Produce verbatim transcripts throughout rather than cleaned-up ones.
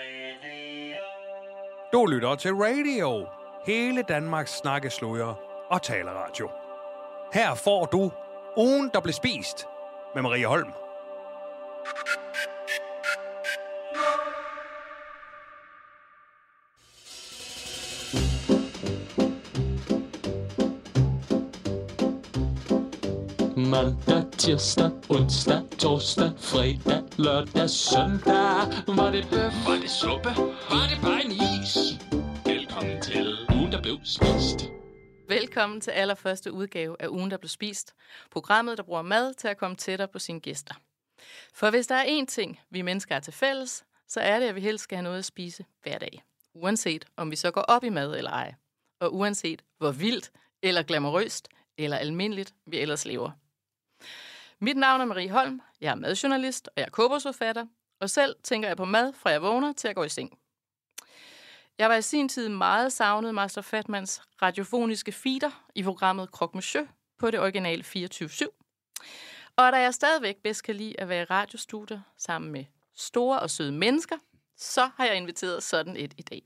Du lytter til radio. Hele Danmarks snakkesludder og taleradio. Her får du ugen, der blev spist med Marie Holm. Mandag, tirsdag, onsdag, torsdag, fredag, lørdag, søndag. Var det bøf? Var det suppe? Var det bare en is? Velkommen til ugen, der blev spist. Velkommen til allerførste udgave af Ugen, der blev spist. Programmet, der bruger mad til at komme tættere på sine gæster. For hvis der er én ting, vi mennesker er til fælles, så er det, at vi helst skal have noget at spise hver dag. Uanset om vi så går op i mad eller ej. Og uanset hvor vildt eller glamourøst eller almindeligt vi ellers lever. Mit navn er Marie Holm, jeg er madjournalist og jeg er kogebogsforfatter, og selv tænker jeg på mad, fra jeg vågner til jeg går i seng. Jeg var i sin tid meget savnet Master Fatmans radiofoniske feeder i programmet Croque Monsieur på det originale fireogtyve syv. Og da jeg stadigvæk bedst kan lide at være i radiostudier sammen med store og søde mennesker, så har jeg inviteret sådan et i dag.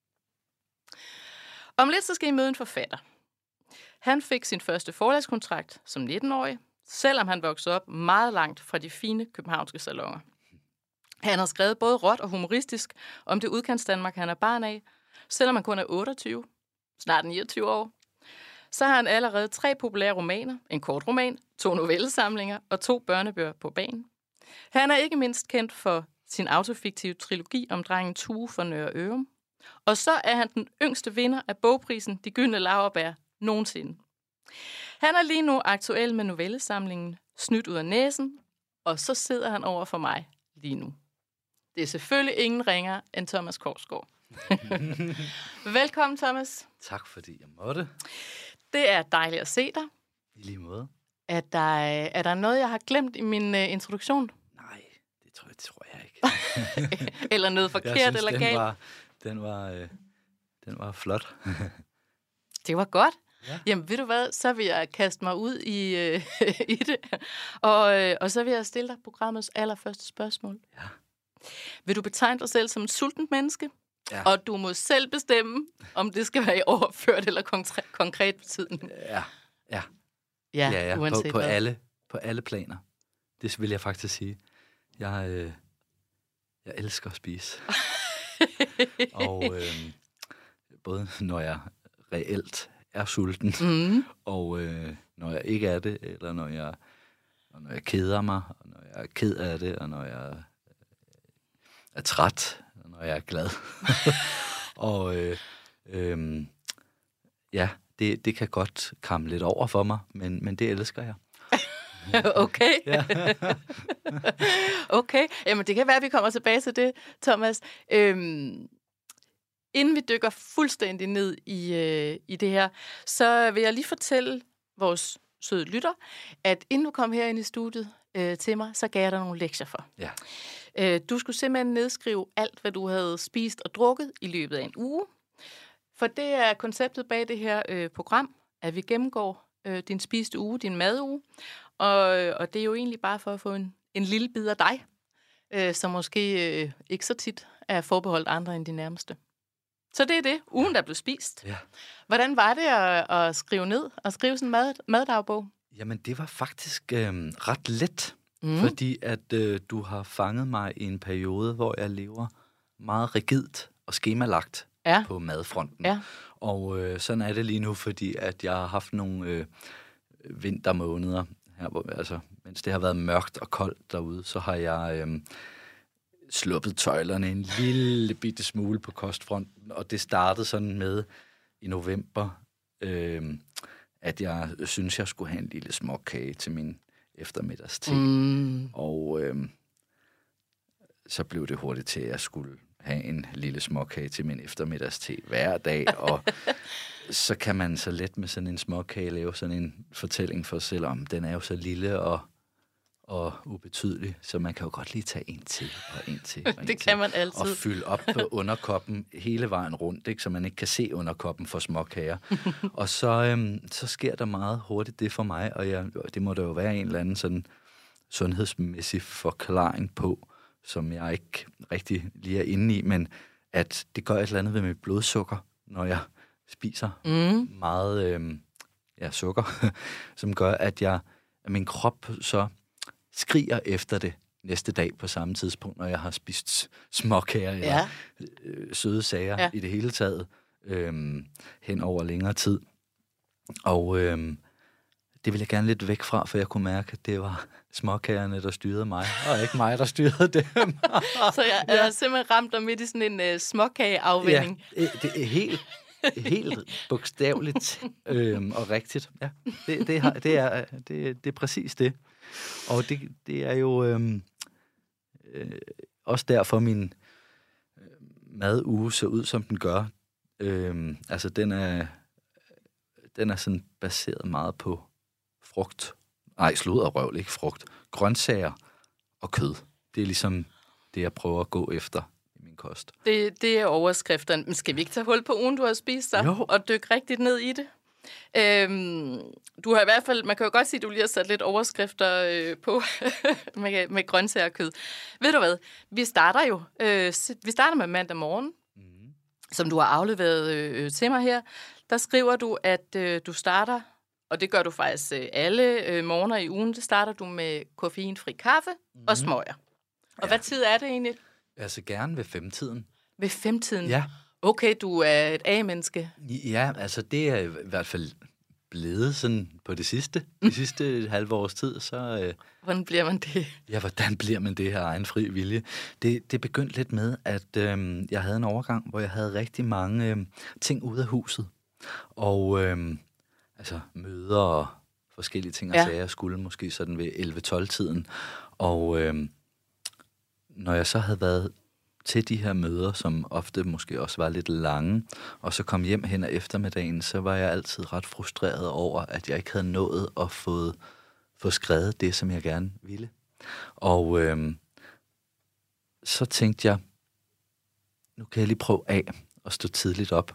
Om lidt så skal I møde en forfatter. Han fik sin første forlagskontrakt som nitten-årig, selvom han voksede op meget langt fra de fine københavnske salonger. Han har skrevet både råt og humoristisk om det udkantsdanmark, han er barn af, selvom han kun er otteogtyve, snart niogtyve år. Så har han allerede tre populære romaner, en kort roman, to novellesamlinger og to børnebøger på banen. Han er ikke mindst kendt for sin autofiktive trilogi om drengen Tue fra Nørre Ørum. Og så er han den yngste vinder af bogprisen De Gyldne Laurbær nogensinde. Han er lige nu aktuel med novellesamlingen Snydt ud af næsen, og så sidder han over for mig lige nu. Det er selvfølgelig ingen ringer end Thomas Korsgaard. Velkommen, Thomas. Tak, fordi jeg måtte. Det er dejligt at se dig. I lige måde. Er der, er der noget, jeg har glemt i min uh, introduktion? Nej, det tror jeg, det tror jeg ikke. Eller noget forkert jeg synes, eller den galt? Var, den, var, øh, den var flot. Det var godt. Ja. Jamen, ved du hvad, så vil jeg kaste mig ud i, øh, i det. Og, øh, og så vil jeg stille dig programmets allerførste spørgsmål. Ja. Vil du betegne dig selv som et sultent menneske? Ja. Og du må selv bestemme, om det skal være i overført eller konkret, konkret betydning. Ja, ja. Ja, ja, ja. uanset på, på, hvad. alle, på alle planer. Det vil jeg faktisk sige. Jeg, øh, jeg elsker at spise. og øh, både når jeg reelt er sulten, mm. og øh, når jeg ikke er det, eller når jeg, og når jeg keder mig, og når jeg er ked af det, og når jeg øh, er træt, og når jeg er glad. og øh, øh, ja, det, det kan godt komme lidt over for mig, men, men det elsker jeg. Okay. Okay. Jamen, det kan være, at vi kommer tilbage til det, Thomas. Øhm, inden vi dykker fuldstændig ned i, øh, i det her, så vil jeg lige fortælle vores søde lytter, at inden du kom herind i studiet øh, til mig, så gav jeg dig nogle lektier for. Ja. Øh, du skulle simpelthen nedskrive alt, hvad du havde spist og drukket i løbet af en uge. For det er konceptet bag det her øh, program, at vi gennemgår øh, din spiste uge, din maduge. Og, og det er jo egentlig bare for at få en, en lille bid af dig, øh, som måske øh, ikke så tit er forbeholdt andre end de nærmeste. Så det er det, ugen der blev spist. Ja. Hvordan var det at, at skrive ned og skrive sådan en mad, maddagbog? Jamen, det var faktisk øh, ret let, mm. fordi at øh, du har fanget mig i en periode, hvor jeg lever meget rigidt og skemalagt ja. på madfronten. Ja. Og øh, sådan er det lige nu, fordi at jeg har haft nogle øh, vintermåneder, her, hvor, altså, mens det har været mørkt og koldt derude, så har jeg øh, sluppet tøjlerne en lille bitte smule på kostfronten, og det startede sådan med i november, øh, at jeg synes, jeg skulle have en lille småkage til min eftermiddagste. Mm. Og øh, så blev det hurtigt til, at jeg skulle have en lille småkage til min eftermiddagste hver dag, og så kan man så let med sådan en småkage lave sådan en fortælling for sig selv om, den er jo så lille og, og ubetydelig, så man kan jo godt lige tage en til og en til. Og en det til, kan man altid. Og fylde op på underkoppen hele vejen rundt, ikke, så man ikke kan se underkoppen for småkager. Og så, øhm, så sker der meget hurtigt det for mig, og jeg, det må der jo være en eller anden sådan sundhedsmæssig forklaring på, som jeg ikke rigtig lige er inde i, men at det gør et eller andet ved mit blodsukker, når jeg spiser mm. meget øh, ja, sukker, som gør, at, jeg, at min krop så skriger efter det næste dag på samme tidspunkt, når jeg har spist småkager eller ja. øh, søde sager ja. i det hele taget øh, hen over længere tid. Og øh, det ville jeg gerne lidt væk fra, for jeg kunne mærke, at det var småkagerne, der styrede mig, og ikke mig, der styrede dem. Så jeg, jeg har simpelthen ramt dig midt i sådan en uh, småkageafvinding. Ja, det er helt, helt bogstaveligt øhm, og rigtigt. Ja, det, det, har, det, er, det, det er præcis det. Og det, det er jo øhm, øh, også derfor, min øh, maduge ser ud, som den gør. Øhm, altså, den er, den er sådan baseret meget på frugt. Nej, slud og røvl, ikke frugt. Grøntsager og kød. Det er ligesom det, jeg prøver at gå efter i min kost. Det, det er overskrifterne. Men skal vi ikke tage hul på ugen, du har spist dig, jo. og dykke rigtigt ned i det? Øhm, du har i hvert fald, man kan jo godt sige, at du lige har sat lidt overskrifter øh, på med, med grøntsager og kød. Ved du hvad? Vi starter jo. Øh, vi starter med mandag morgen, mm. som du har afleveret øh, til mig her. Der skriver du, at øh, du starter, og det gør du faktisk øh, alle øh, morgener i ugen, det starter du med koffeinfri kaffe mm. og smøger. Og ja. Hvad tid er det egentlig? Altså gerne ved femtiden. Ved femtiden? Ja. Okay, du er et A-menneske. Ja, altså det er i hvert fald blevet sådan på det sidste, de sidste halve års tid, så... Øh, hvordan bliver man det? Ja, hvordan bliver man det her egen fri vilje? Det, det begyndte lidt med, at øh, jeg havde en overgang, hvor jeg havde rigtig mange øh, ting ude af huset. Og øh, altså møder og forskellige ting og ja. sager skulle måske sådan ved elleve tolv-tiden. Og øh, når jeg så havde været til de her møder, som ofte måske også var lidt lange, og så kom hjem hen ad eftermiddagen, så var jeg altid ret frustreret over, at jeg ikke havde nået at få, få skrevet det, som jeg gerne ville. Og øh, så tænkte jeg, nu kan jeg lige prøve af at stå tidligt op,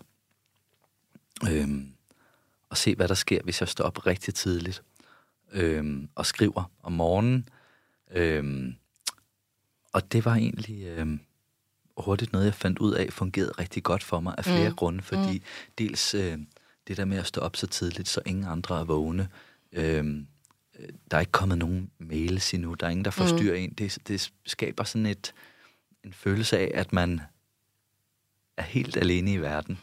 øh, og se, hvad der sker, hvis jeg står op rigtig tidligt, øh, og skriver om morgenen. Øh, og det var egentlig... Øh, hurtigt noget, jeg fandt ud af, fungerede rigtig godt for mig af flere mm. grunde, fordi mm. dels øh, det der med at stå op så tidligt, så ingen andre er vågne. Øh, der er ikke kommet nogen mails endnu, der er ingen, der forstyrrer mm. en. Det, det skaber sådan et, en følelse af, at man er helt alene i verden.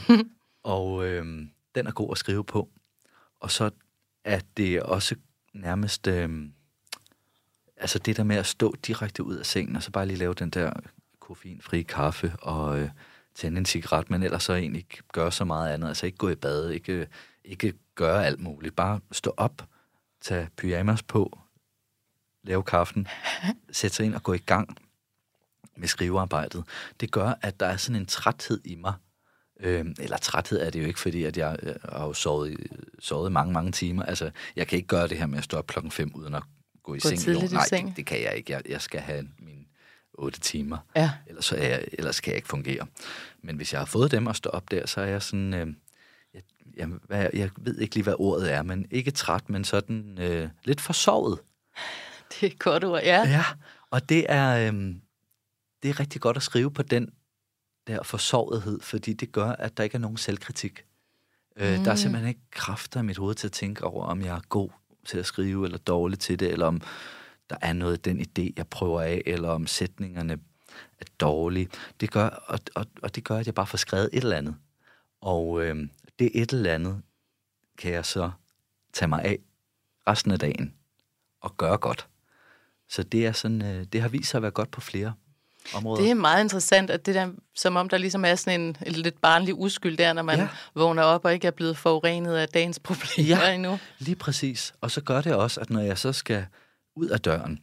Og øh, den er god at skrive på. Og så er det også nærmest... Øh, altså det der med at stå direkte ud af sengen, og så bare lige lave den der koffeinfri kaffe og øh, tænde en cigaret, men ellers så egentlig ikke gøre så meget andet. Altså ikke gå i bad, ikke, ikke gøre alt muligt. Bare stå op, tage pyjamas på, lave kaffen, sætte sig ind og gå i gang med skrivearbejdet. Det gør, at der er sådan en træthed i mig. Øh, eller træthed er det jo ikke, fordi at jeg øh, har jo sovet, sovet mange, mange timer. Altså, jeg kan ikke gøre det her med at stå op klokken fem uden at gå i gå seng. Tidligt Nej, i seng. det, det kan jeg ikke. Jeg, jeg skal have min otte timer. Ja. Ellers, så er jeg, ellers kan jeg ikke fungere. Men hvis jeg har fået dem at stå op der, så er jeg sådan... Øh, jeg, jeg, jeg ved ikke lige, hvad ordet er, men ikke træt, men sådan øh, lidt forsovet. Det er et godt ord, ja. Ja, og det er, øh, det er rigtig godt at skrive på den der forsovethed, fordi det gør, at der ikke er nogen selvkritik. Mm. Øh, der er simpelthen ikke kræfter i mit hoved til at tænke over, om jeg er god til at skrive, eller dårlig til det, eller om der er noget af den idé, jeg prøver af, eller om sætningerne er dårlige. Det gør, og, og, og det gør, at jeg bare får skrevet et eller andet. Og øh, det et eller andet kan jeg så tage mig af resten af dagen og gøre godt. Så det er sådan, øh, det har vist sig at være godt på flere områder. Det er meget interessant, at det der, som om der ligesom er sådan en, en lidt barnlig uskyld der, når man ja. vågner op og ikke er blevet forurenet af dagens problemer ja, endnu. Lige præcis. Og så gør det også, at når jeg så skal ud af døren,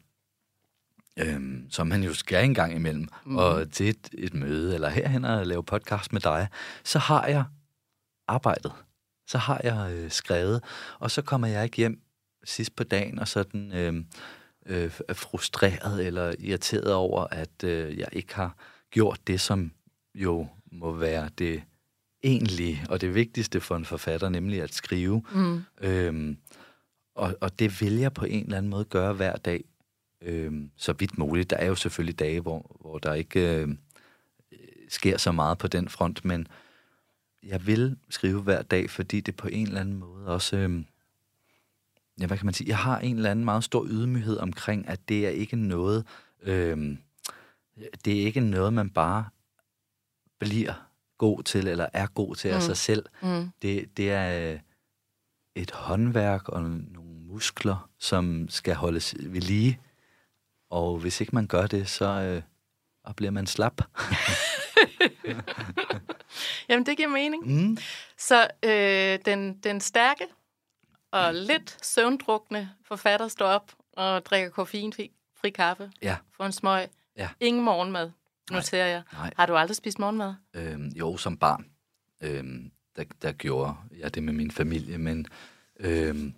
øhm, som man jo skal en gang imellem, mm. og til et, et møde, eller herhen og lave podcast med dig, så har jeg arbejdet. Så har jeg øh, skrevet, og så kommer jeg ikke hjem sidst på dagen, og sådan øh, øh, frustreret eller irriteret over, at øh, jeg ikke har gjort det, som jo må være det egentlige og det vigtigste for en forfatter, nemlig at skrive. Mm. Øhm, og, og det vil jeg på en eller anden måde gøre hver dag. Øh, så vidt muligt. Der er jo selvfølgelig dage, hvor, hvor der ikke øh, sker så meget på den front, men jeg vil skrive hver dag, fordi det på en eller anden måde også... Øh, ja, hvad kan man sige? Jeg har en eller anden meget stor ydmyghed omkring, at det er ikke noget... Øh, det er ikke noget, man bare bliver god til, eller er god til mm. af sig selv. Mm. Det, det er et håndværk og nogle muskler, som skal holdes ved lige. Og hvis ikke man gør det, så øh, bliver man slap. Jamen, det giver mening. Mm. Så øh, den, den stærke og lidt søvndrukne forfatter står op og drikker koffeinfri fri kaffe. Ja. Får en smøg. Ja. Ingen morgenmad, noterer jeg. Nej. Har du aldrig spist morgenmad? Øhm, jo, som barn. Øhm, der, der gjorde jeg det med min familie, men øhm,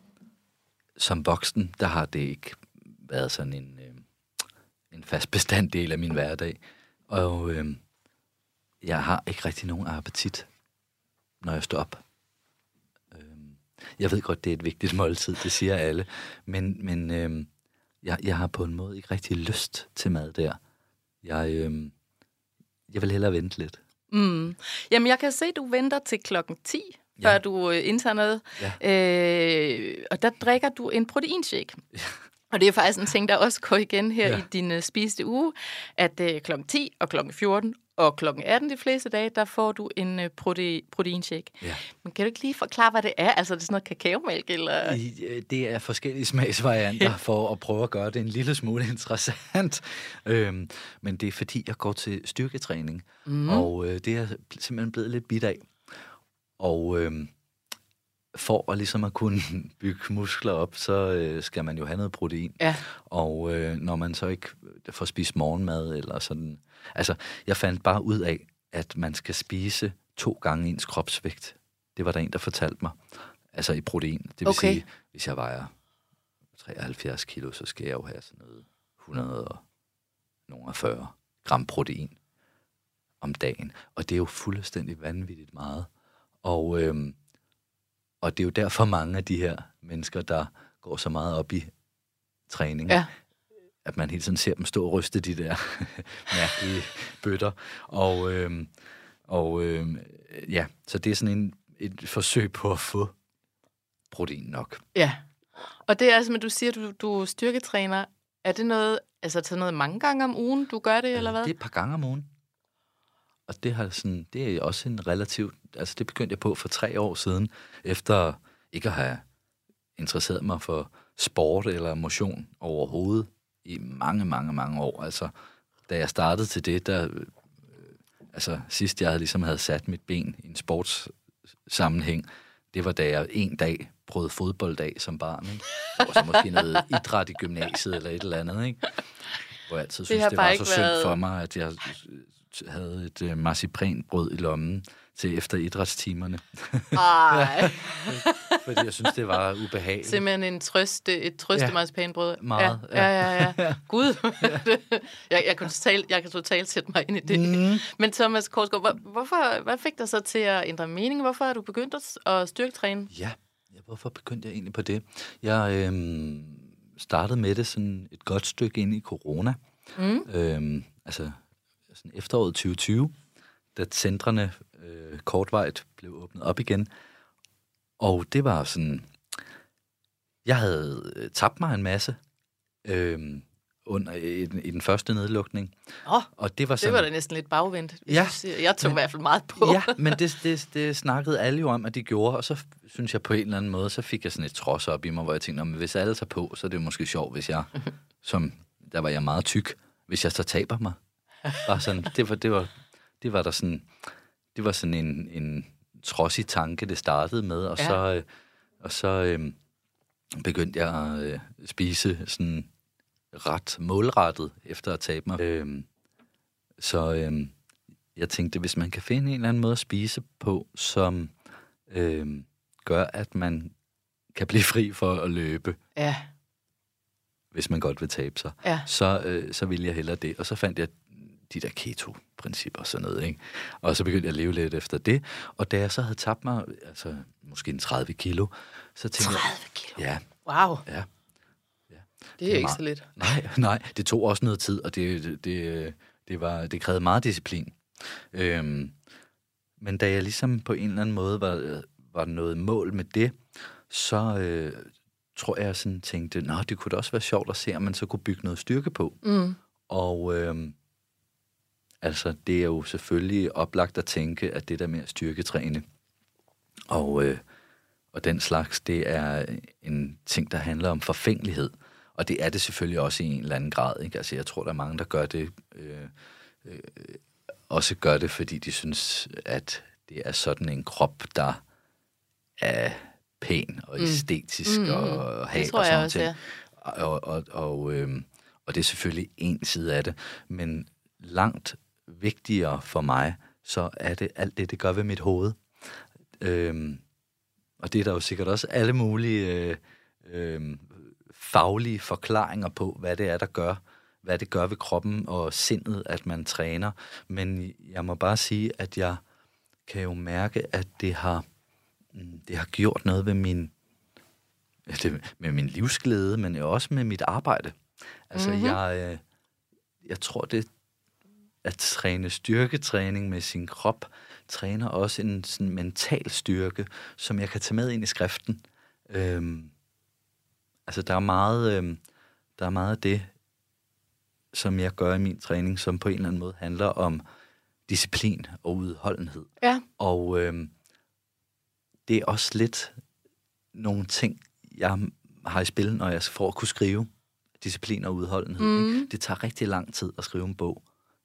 som voksen, der har det ikke været sådan en, øhm, en fast bestanddel af min hverdag. Og øhm, jeg har ikke rigtig nogen appetit, når jeg står op. Øhm, jeg ved godt, det er et vigtigt måltid, det siger alle, men, men øhm, jeg, jeg har på en måde ikke rigtig lyst til mad der. Jeg, øhm, jeg vil hellere vente lidt. Mm. Jamen, jeg kan se, at du venter til klokken ti, ja. før du øh, indtager noget. Ja. Øh, og der drikker du en proteinshake. Ja. Og det er faktisk en ting, der også går igen her ja. i din uh, spiste uge, at uh, klokken ti og klokken fjorten og klokken atten de fleste dage, der får du en uh, prote- proteinshake. Ja. Men kan du ikke lige forklare, hvad det er? Altså, er det sådan noget kakaomælk, eller? Det er forskellige smagsvarianter for at prøve at gøre det en lille smule interessant. Øhm, men det er fordi, jeg går til styrketræning, mm. og øh, det er jeg simpelthen blevet lidt bit af. Og øh, for at ligesom at kunne bygge muskler op, så øh, skal man jo have noget protein. Ja. Og øh, når man så ikke får spist morgenmad eller sådan... Altså, jeg fandt bare ud af, at man skal spise to gange ens kropsvægt. Det var der en, der fortalte mig. Altså i protein. Det vil okay. sige, hvis jeg vejer treoghalvfjerds kilo, så skal jeg jo have sådan noget hundrede og fyrre gram protein om dagen. Og det er jo fuldstændig vanvittigt meget. Og... Øh, Og det er jo derfor mange af de her mennesker, der går så meget op i træning, ja. at man hele tiden ser dem stå og ryste de der mærkelige bøtter. Og, øhm, og øhm, ja, så det er sådan en, et forsøg på at få protein nok. Ja, og det er altså, men du siger, du, du styrketræner. Er det noget, altså til noget mange gange om ugen, du gør det, eller hvad? Det er et par gange om ugen. Og det, har sådan, det er også en relativt... Altså, det begyndte jeg på for tre år siden, efter ikke at have interesseret mig for sport eller motion overhovedet i mange, mange, mange år. Altså, da jeg startede til det, der... Øh, altså, sidst jeg havde, ligesom havde sat mit ben i en sportssammenhæng, det var, da jeg en dag prøvede fodbold af som barn, ikke? Og så måske noget idræt i gymnasiet eller et eller andet, ikke? Hvor jeg altid synes, det, det var så synd været... for mig, at jeg... havde et øh, marcipranbrød i lommen til efter idrætstimerne. Ej. Fordi jeg synes, det var ubehageligt. Simpelthen en trøste, et trøste ja. marcipanbrød. Meget. Ja, ja, ja. ja. Gud. jeg, jeg, kan totalt, jeg kan totalt sætte mig ind i det. Mm. Men Thomas Korsgaard, hvor, hvorfor, hvad fik dig så til at ændre mening? Hvorfor har du begyndt at styrketræne? Ja, ja hvorfor begyndte jeg egentlig på det? Jeg øhm, startede med det sådan et godt stykke ind i corona. Mm. Øhm, altså... Sådan efteråret tyve tyve, da centrene øh, kortvejt blev åbnet op igen. Og det var sådan... Jeg havde øh, tabt mig en masse øh, under, i, i den første nedlukning. Oh, og det var, sådan, det var da næsten lidt bagvendt. Ja, jeg tog men, i hvert fald meget på. Ja, men det, det, det snakkede alle jo om, at de gjorde. Og så synes jeg på en eller anden måde, så fik jeg sådan et trods op i mig, hvor jeg tænkte, hvis alle tager på, så er det måske sjovt, hvis jeg... som der var jeg meget tyk. Hvis jeg så taber mig. Bare sådan, det var, det var, det var der sådan, det var sådan en, en trodsig tanke, det startede med, og ja. så, øh, og så øh, begyndte jeg at øh, spise sådan ret målrettet efter at tabe mig. Øh, så øh, jeg tænkte, hvis man kan finde en eller anden måde at spise på, som øh, gør, at man kan blive fri for at løbe. Ja. Hvis man godt vil tabe sig, ja. så, øh, så ville jeg hellere det. Og så fandt jeg de der keto-principper og sådan noget, ikke? Og så begyndte jeg at leve lidt efter det. Og da jeg så havde tabt mig, altså måske en tredive kilo, så tænkte tredive kilo? Jeg, ja. Wow. Ja. ja. Det er ikke så lidt. Nej, nej, det tog også noget tid, og det, det, det, det, var, det krævede meget disciplin. Øhm, men da jeg ligesom på en eller anden måde var, var noget mål med det, så øh, tror jeg sådan tænkte, nå, det kunne da også være sjovt at se, om man så kunne bygge noget styrke på. Mm. Og øh, altså, det er jo selvfølgelig oplagt at tænke, at det der med at styrketræne og, øh, og den slags, det er en ting, der handler om forfængelighed. Og det er det selvfølgelig også i en eller anden grad. Ikke? Altså, jeg tror, der er mange, der gør det, øh, øh, også gør det, fordi de synes, at det er sådan en krop, der er pæn og æstetisk mm. og have det tror og jeg sådan også, ting. Ja. Og, og, og, øh, og det er selvfølgelig en side af det, men langt vigtigere for mig, så er det alt det, det gør ved mit hoved. Øhm, og det er der jo sikkert også alle mulige øh, øh, faglige forklaringer på, hvad det er, der gør, hvad det gør ved kroppen og sindet, at man træner. Men jeg må bare sige, at jeg kan jo mærke, at det har, det har gjort noget ved min, med min livsglæde, men jo også med mit arbejde. Altså, mm-hmm. jeg, øh, jeg tror, det at træne styrketræning med sin krop, træner også en sådan mental styrke, som jeg kan tage med ind i skriften. Øhm, altså, der er meget, øhm, der er meget af det, som jeg gør i min træning, som på en eller anden måde handler om disciplin og udholdenhed. Ja. Og øhm, det er også lidt nogle ting, jeg har i spil, når jeg får at kunne skrive. Disciplin og udholdenhed. Mm. Ikke? Det tager rigtig lang tid at skrive en bog.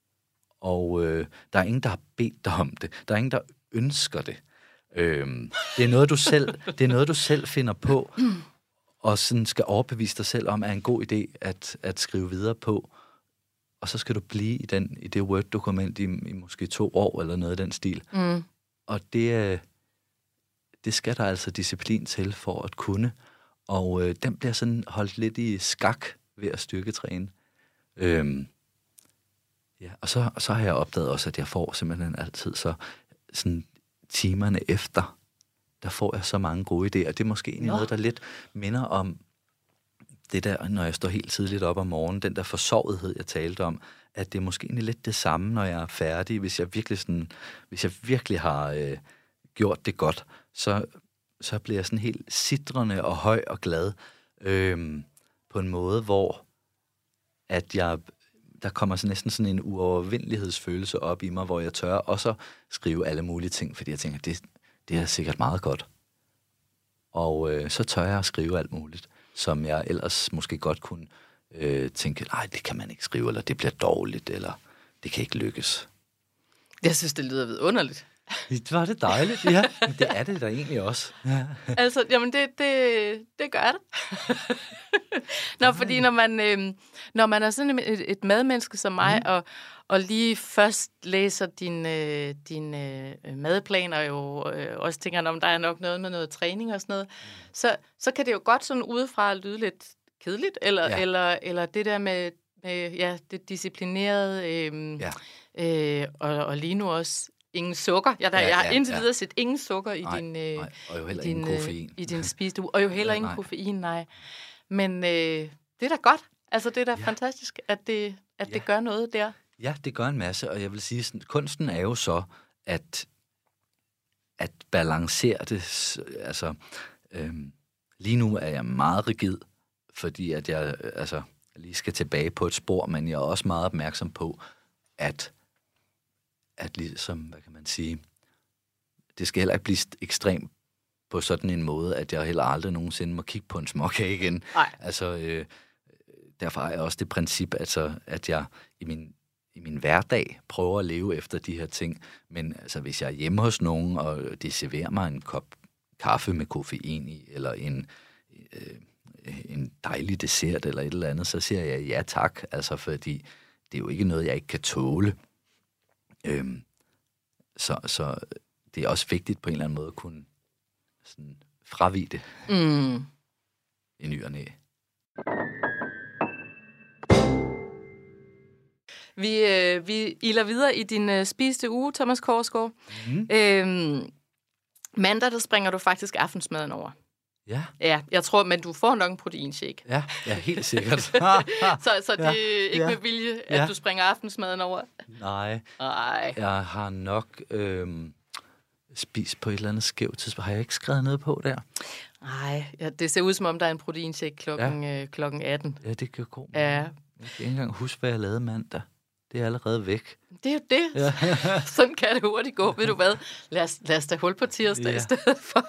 Og øh, der er ingen, der har bedt dig om det. Der er ingen, der ønsker det. Øhm, det er noget, du selv, det er noget, du selv finder på, mm. og sådan skal overbevise dig selv om, er en god idé at, at skrive videre på. Og så skal du blive i, den, i det Word-dokument i, i måske to år, eller noget af den stil. Mm. Og det, det skal der altså disciplin til for at kunne. Og øh, den bliver sådan holdt lidt i skak ved at styrketræne. Øhm, ja, og så, så har jeg opdaget også, at jeg får simpelthen altid så sådan timerne efter, der får jeg så mange gode idéer. Det er måske Nå. noget, der lidt minder om det der, når jeg står helt tidligt op om morgenen, den der forsovethed, jeg talte om, at det er måske egentlig lidt det samme, når jeg er færdig. Hvis jeg virkelig, sådan, hvis jeg virkelig har øh, gjort det godt, så, så bliver jeg sådan helt sitrende og høj og glad øh, på en måde, hvor at jeg, der kommer så næsten sådan en uovervindelighedsfølelse op i mig, hvor jeg tør også skrive alle mulige ting, fordi jeg tænker, det, det er sikkert meget godt. Og øh, så tør jeg at skrive alt muligt, som jeg ellers måske godt kunne øh, tænke, nej, det kan man ikke skrive, eller det bliver dårligt, eller det kan ikke lykkes. Jeg synes, det lyder vidunderligt. Det var det dejligt, ja. Men det er det da egentlig også. Ja. Altså, jamen det, det, det gør det. Nå, fordi når man, øh, når man er sådan et, et madmenneske som mig, mm. og, og lige først læser din, øh, din øh, madplaner, og jo øh, også tænker, om der er nok noget med noget træning og sådan noget, mm. så, så kan det jo godt sådan udefra lyde lidt kedeligt, eller, ja. eller, eller det der med, med ja, det disciplinerede, øh, ja. øh, og, og lige nu også ingen sukker. Jeg, der, ja, jeg har ja, indtil ja. videre set ingen sukker i nej, din, øh, nej, og jo heller din, ingen koffein. i din spisestue. Og jo heller ja, ingen nej. koffein, nej. Men øh, det er da godt. Altså, det er da ja. fantastisk, at, det, at ja. det gør noget der. Ja, det gør en masse, og jeg vil sige, sådan, kunsten er jo så, at, at balancere det. Altså, øhm, lige nu er jeg meget rigid, fordi at jeg altså, lige skal tilbage på et spor, men jeg er også meget opmærksom på, at at ligesom, hvad kan man sige, det skal heller ikke blive ekstremt på sådan en måde, at jeg heller aldrig nogensinde må kigge på en småkage igen. Nej. Altså, øh, derfor har jeg også det princip, altså, at jeg i min, i min hverdag prøver at leve efter de her ting, men altså, hvis jeg er hjemme hos nogen, og de serverer mig en kop kaffe med koffein i, eller en, øh, en dejlig dessert, eller et eller andet, så siger jeg ja tak, altså, fordi det er jo ikke noget, jeg ikke kan tåle. Øhm, så, så det er også vigtigt på en eller anden måde at kunne sådan fravige det mm. i ny og næ. Vi, øh, vi iler videre i din øh, spiste uge, Thomas Korsgaard. Mm. Øhm, mandag, der springer du faktisk aftensmaden over. Ja. Ja, jeg tror, men du får nok en proteinshake. Ja, ja, helt sikkert. så, så det Ja, er ikke ja, med vilje, at ja. du springer aftensmaden over? Nej, Nej. jeg har nok øhm, spist på et eller andet skævt tidspunkt. Har jeg ikke skrevet noget på der? Nej, ja, det ser ud som om, der er en proteinshake klokken, ja. øh, klokken atten. Ja, det gør god. Ja. Jeg kan ikke engang huske, hvad jeg lavede mandag. Det er allerede væk. Det er jo det. Ja. Sådan kan det hurtigt gå. Ved du hvad? Lad os, lad os da hul på tirsdag ja. i stedet for.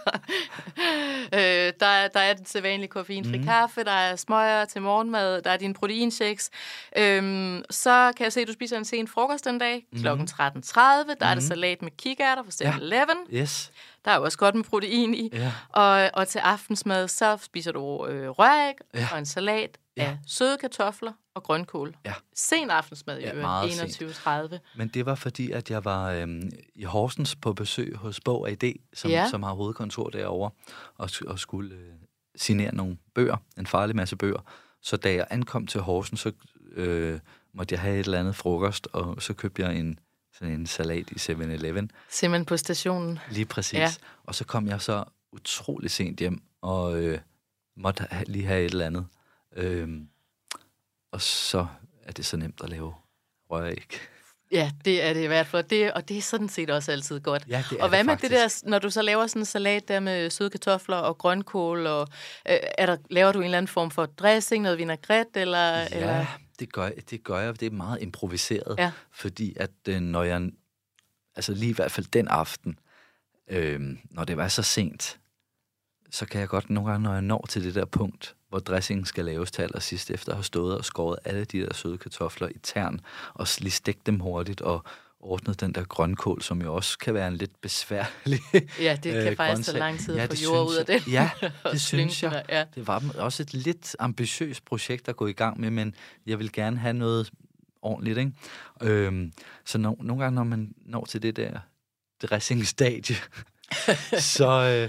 øh, der, er, der er den sædvanlige koffeinfri mm. kaffe, der er smøger til morgenmad, der er dine proteinshakes. Øhm, så kan jeg se, at du spiser en sen frokost den dag, mm. klokken tretten tredive. Der mm. er det salat med kikærter fra seven eleven. Ja. Yes. Der er jo også godt med protein i. Ja. Og, og til aftensmad, så spiser du øh, røræg ja. og en salat ja. af søde kartofler og grønkål. Ja. Sen aftensmad i ja, enogtyve tredive. Men det var fordi, at jeg var øhm, i Horsens på besøg hos Bog og Idé, som, ja. som har hovedkontor derovre, og, og skulle øh, signere nogle bøger, en farlig masse bøger. Så da jeg ankom til Horsens, så øh, måtte jeg have et eller andet frokost, og så købte jeg en sådan en salat i seven eleven. Simpelthen på stationen. Lige præcis. Ja. Og så kom jeg så utrolig sent hjem, og øh, måtte ha- lige have et eller andet. Øhm, og så er det så nemt at lave røræg. Ja, det er det i hvert fald. Det, og det er sådan set også altid godt. Ja, det er og hvad det med faktisk. det der, når du så laver sådan en salat der med søde kartofler og grønkål, og, øh, er der, laver du en eller anden form for dressing, noget vinaigrette, eller... Ja, eller? Det, gør, det gør jeg. Det er meget improviseret, ja. fordi at øh, når jeg, altså lige i hvert fald den aften, øh, når det var så sent, så kan jeg godt nogle gange, når jeg når til det der punkt, hvor dressingen skal laves til allersidst, efter at have stået og skåret alle de der søde kartofler i tern, og lige stegt dem hurtigt, og ordnet den der grønkål, som jo også kan være en lidt besværlig Ja, det kan øh, faktisk tage lang tid ja, at få jord ud af det. Ja, det synes jeg. Ja. Det var også et lidt ambitiøst projekt at gå i gang med, men jeg vil gerne have noget ordentligt, ikke? Øhm, så no, nogle gange, når man når til det der dressingstadie, så... Øh,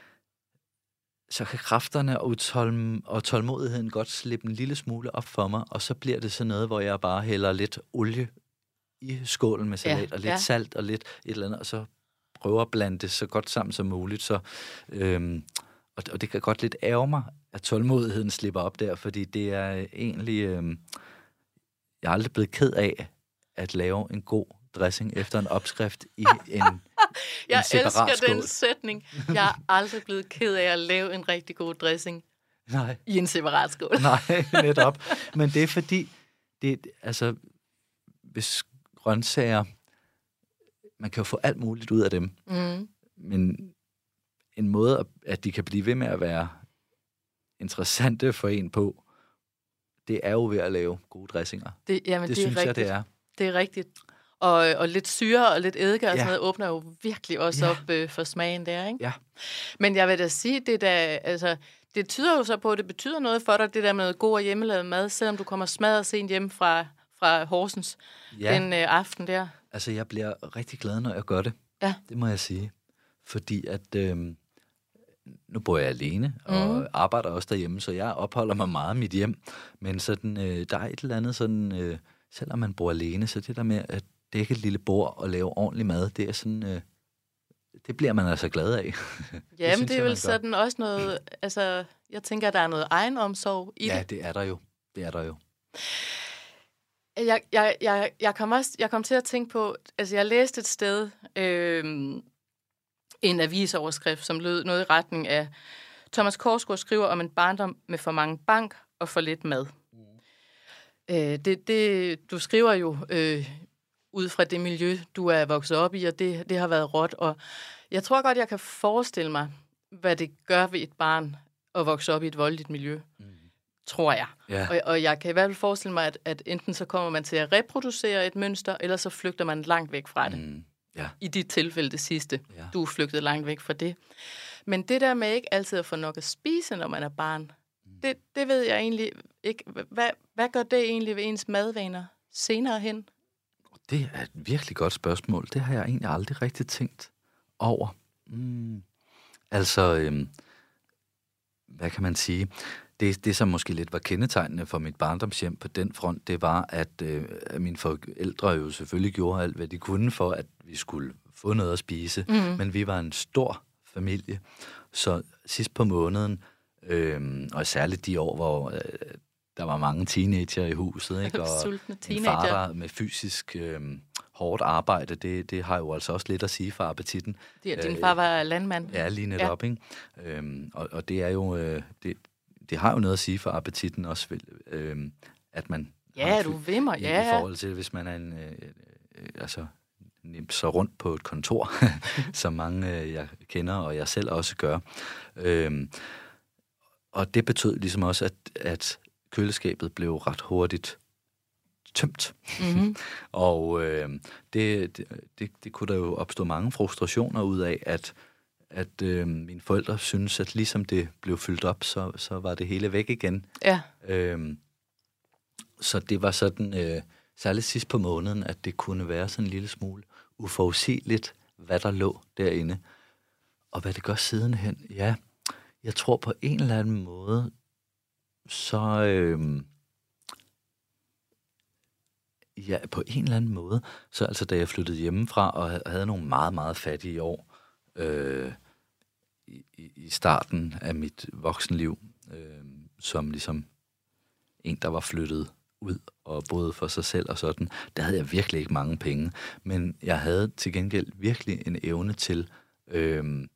så kan kræfterne og, utål- og tålmodigheden godt slippe en lille smule op for mig, og så bliver det sådan noget, hvor jeg bare hælder lidt olie i skålen med salat, ja, og lidt ja. salt og lidt et eller andet, og så prøver at blande det så godt sammen som muligt. Så, øhm, og, og det kan godt lidt ærge mig, at tålmodigheden slipper op der, fordi det er egentlig... Øhm, jeg er aldrig blevet ked af at lave en god dressing efter en opskrift i en Jeg en separat elsker skål. den sætning. Jeg er aldrig blevet ked af at lave en rigtig god dressing Nej. i en separat skål. Nej, netop. Men det er fordi, det, altså, hvis grøntsager, man kan jo få alt muligt ud af dem, Mm. men en måde, at de kan blive ved med at være interessante for en på, det er jo ved at lave gode dressinger. Det, jamen, det, det synes er jeg, det er. Det er rigtigt. Og, og lidt syre og lidt eddike og Ja. sådan noget åbner jo virkelig også Ja. op øh, for smagen der, ikke? Ja. Men jeg vil da sige, det der, altså, det tyder jo så på, at det betyder noget for dig, det der med god og hjemmelavet mad, selvom du kommer smadret sent hjem fra, fra Horsens Ja. den øh, aften der. Altså, jeg bliver rigtig glad, når jeg gør det. Ja. Det må jeg sige. Fordi at, øh, nu bor jeg alene, og Mhm. arbejder også derhjemme, så jeg opholder mig meget i mit hjem. Men sådan, øh, der er et eller andet sådan, øh, selvom man bor alene, så det der med at dække et lille bord og lave ordentlig mad, det er sådan, øh, det bliver man altså glad af. Jamen, synes det er jeg, vel man gør. sådan også noget, altså, jeg tænker, der er noget egenomsorg i Ja, det. det er der jo. Det er der jo. Jeg, jeg, jeg, jeg, kom også, jeg kom til at tænke på, altså jeg læste et sted øh, en avisoverskrift, som lød noget i retning af, Thomas Korsgaard skriver om en barndom med for mange bank og for lidt mad. Mm. Øh, det, det, du skriver jo øh, ud fra det miljø, du er vokset op i, og det, det har været råt. Og jeg tror godt, jeg kan forestille mig, hvad det gør ved et barn at vokse op i et voldeligt miljø. Mm. Tror jeg. Ja. Og, og jeg kan i hvert fald forestille mig, at, at enten så kommer man til at reproducere et mønster, eller så flygter man langt væk fra det. Mm. Ja. I dit tilfælde det sidste. Ja. Du er flygtet langt væk fra det. Men det der med ikke altid at få nok at spise, når man er barn, mm. det, det ved jeg egentlig ikke. Hvad, hvad gør det egentlig ved ens madvaner senere hen? Det er et virkelig godt spørgsmål. Det har jeg egentlig aldrig rigtig tænkt over. Mm. Altså, øhm, hvad kan man sige? Det, det, som måske lidt var kendetegnende for mit barndomshjem på den front, det var, at, øh, at mine forældre jo selvfølgelig gjorde alt, hvad de kunne for, at vi skulle få noget at spise. Mm. Men vi var en stor familie, Så sidst på måneden, øh, og særligt de år, hvor øh, der var mange teenager i huset, ikke? Og Sultne en teenager. far, der med fysisk øh, hårdt arbejde, det, det har jo altså også lidt at sige for appetitten. Det, din far var landmand. Ja, lige netop, ja. Ikke? Øhm, og, og det er jo, øh, det, det har jo noget at sige for appetitten også, øh, at man... Ja, du vimmer, i, ja. I forhold til, hvis man er en... Øh, øh, altså, så rundt på et kontor, som mange øh, jeg kender, og jeg selv også gør. Øhm, og det betød ligesom også, at, at køleskabet blev ret hurtigt tømt. Mm-hmm. og øh, det, det, det, det kunne der jo opstå mange frustrationer ud af, at, at øh, mine forældre synes, at ligesom det blev fyldt op, så, så var det hele væk igen. Ja. Øh, så det var sådan, øh, særligt sidst på måneden, at det kunne være sådan en lille smule uforudsigeligt, hvad der lå derinde. Og hvad det gør sidenhen, ja, jeg tror på en eller anden måde, så... Øh, Ja, på en eller anden måde. Så altså, da jeg flyttede hjemmefra og havde nogle meget, meget fattige år øh, i, i starten af mit voksenliv, øh, som ligesom en, der var flyttet ud og boede for sig selv og sådan, der havde jeg virkelig ikke mange penge. Men jeg havde til gengæld virkelig en evne til øh,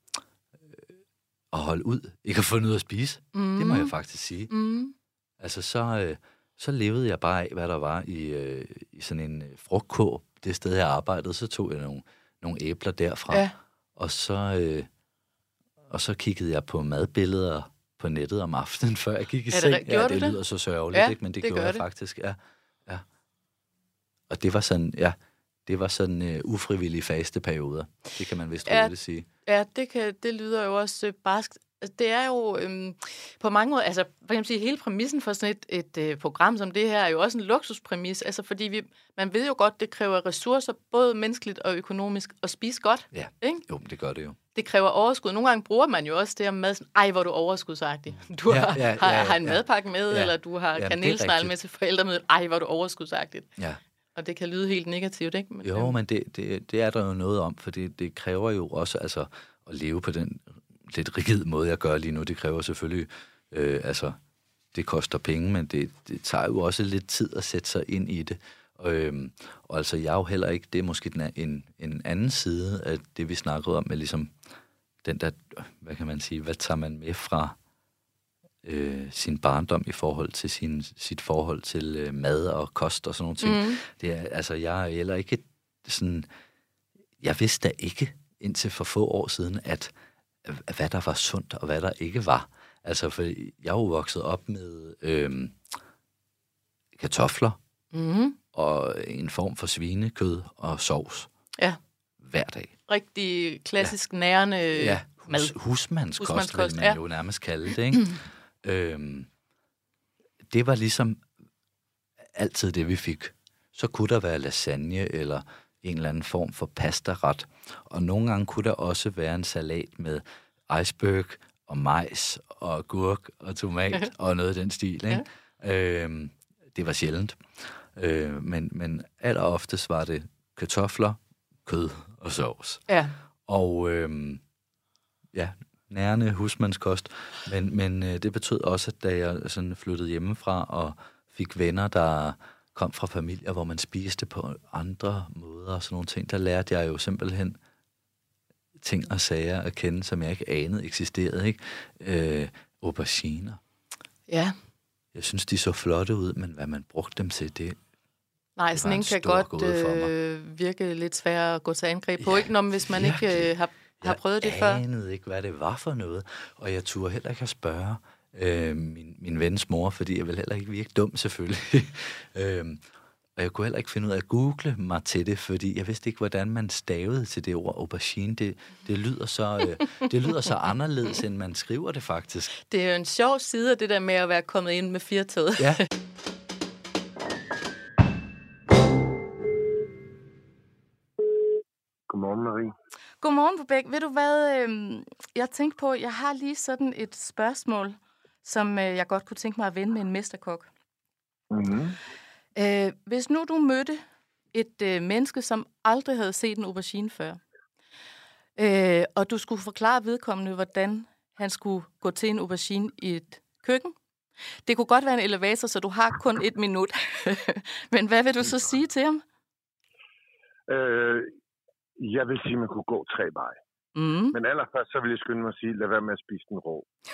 at holde ud. Ikke at få noget at spise. Mm. Det må jeg faktisk sige. Mm. Altså, så... Øh, Så levede jeg bare af, hvad der var i, øh, i sådan en frugtkå, det sted, jeg arbejdede. Så tog jeg nogle, nogle æbler derfra, ja. og, så, øh, og så kiggede jeg på madbilleder på nettet om aftenen, før jeg gik i seng. Det, ja, det lyder så sørgeligt, ja, ikke? Men det, det gjorde jeg det. faktisk. Ja, ja. Og det var sådan, ja, det var sådan uh, ufrivillige faste perioder. Det kan man vist ja, roligt sige. Ja, det, kan, det lyder jo også øh, barskt. Altså, det er jo øhm, på mange måder, altså for eksempel sige, hele præmissen for sådan et, et øh, program som det her er jo også en luksuspræmis, altså fordi vi, man ved jo godt, det kræver ressourcer, både menneskeligt og økonomisk, at spise godt. Ja, ikke? Jo, det gør det jo. Det kræver overskud. Nogle gange bruger man jo også det om mad, sådan, ej, hvor er du overskudsagtig. Du ja, har, ja, ja, har, ja, har en madpakke med, ja, eller du har ja, kanelsnegle med til forældremødet, ej, hvor er du overskudsagtigt. Ja. Og det kan lyde helt negativt, ikke? Men, jo, men det, det, det er der jo noget om, for det, det kræver jo også altså, at leve på den lidt rigid måde, jeg gør lige nu. Det kræver selvfølgelig, øh, altså, det koster penge, men det, det tager jo også lidt tid at sætte sig ind i det. Og, øhm, og altså, jeg er jo heller ikke, det er måske den, en, en anden side af det, vi snakkede om, med ligesom den der, hvad kan man sige, hvad tager man med fra øh, sin barndom i forhold til sin, sit forhold til øh, mad og kost og sådan nogle ting. Mm. Det er, altså, jeg er heller ikke sådan, jeg vidste da ikke indtil for få år siden, at hvad der var sundt, og hvad der ikke var. Altså, for jeg er jo vokset op med øhm, kartofler, mm-hmm. og en form for svinekød og sovs. Ja. Hver dag. Rigtig klassisk ja. nærende ja. Hus, mad. Husmandskost, Husmandskost, vil man ja. jo nærmest kalde det, ikke? øhm, det var ligesom altid det, vi fik. Så kunne der være lasagne, eller en eller anden form for pastaret. Og nogle gange kunne der også være en salat med iceberg og majs og gurk og tomat og noget af den stil, ikke? Ja. Øhm, det var sjældent. Øh, men, men alleroftest var det kartofler, kød og sovs. Ja. Og øhm, ja, nærende husmandskost. Men, men øh, det betød også, at da jeg sådan flyttede hjemmefra og fik venner, der kom fra familier, hvor man spiste på andre måder og sådan nogle ting, der lærte jeg jo simpelthen ting og sager at kende, som jeg ikke anede eksisterede, ikke? Øh, auberginer. Ja. Jeg synes, de så flotte ud, men hvad man brugte dem til, det Nej, sådan en kan godt øh, virke lidt svær at gå til angreb på, ja, ikke? Når, hvis man virkelig. ikke øh, har, har prøvet det før. Jeg anede ikke, hvad det var for noget, og jeg turde heller ikke at spørge øh, min, min vens mor, fordi jeg ville heller ikke virke dum, selvfølgelig. øh, og jeg kunne heller ikke finde ud af at google mig til det, fordi jeg vidste ikke, hvordan man stavede til det ord aubergine. Det, det, lyder, så, øh, det lyder så anderledes, end man skriver det faktisk. Det er jo en sjov side af det der med at være kommet ind med firetoget. Ja. Godmorgen, Marie. Godmorgen, Bubæk. Ved du hvad, øh, jeg tænkte på, jeg har lige sådan et spørgsmål, som øh, jeg godt kunne tænke mig at vende med en mesterkok. Mm-hmm. Øh, hvis nu du mødte et øh, menneske, som aldrig havde set en aubergine før, øh, og du skulle forklare vedkommende, hvordan han skulle gå til en aubergine i et køkken. Det kunne godt være en elevator, så du har kun et minut. Men hvad vil du så sige til ham? Øh, jeg vil sige, at man kunne gå tre veje. Mm. Men allerførst, så vil jeg skynde mig at sige, lad være med at spise den rå.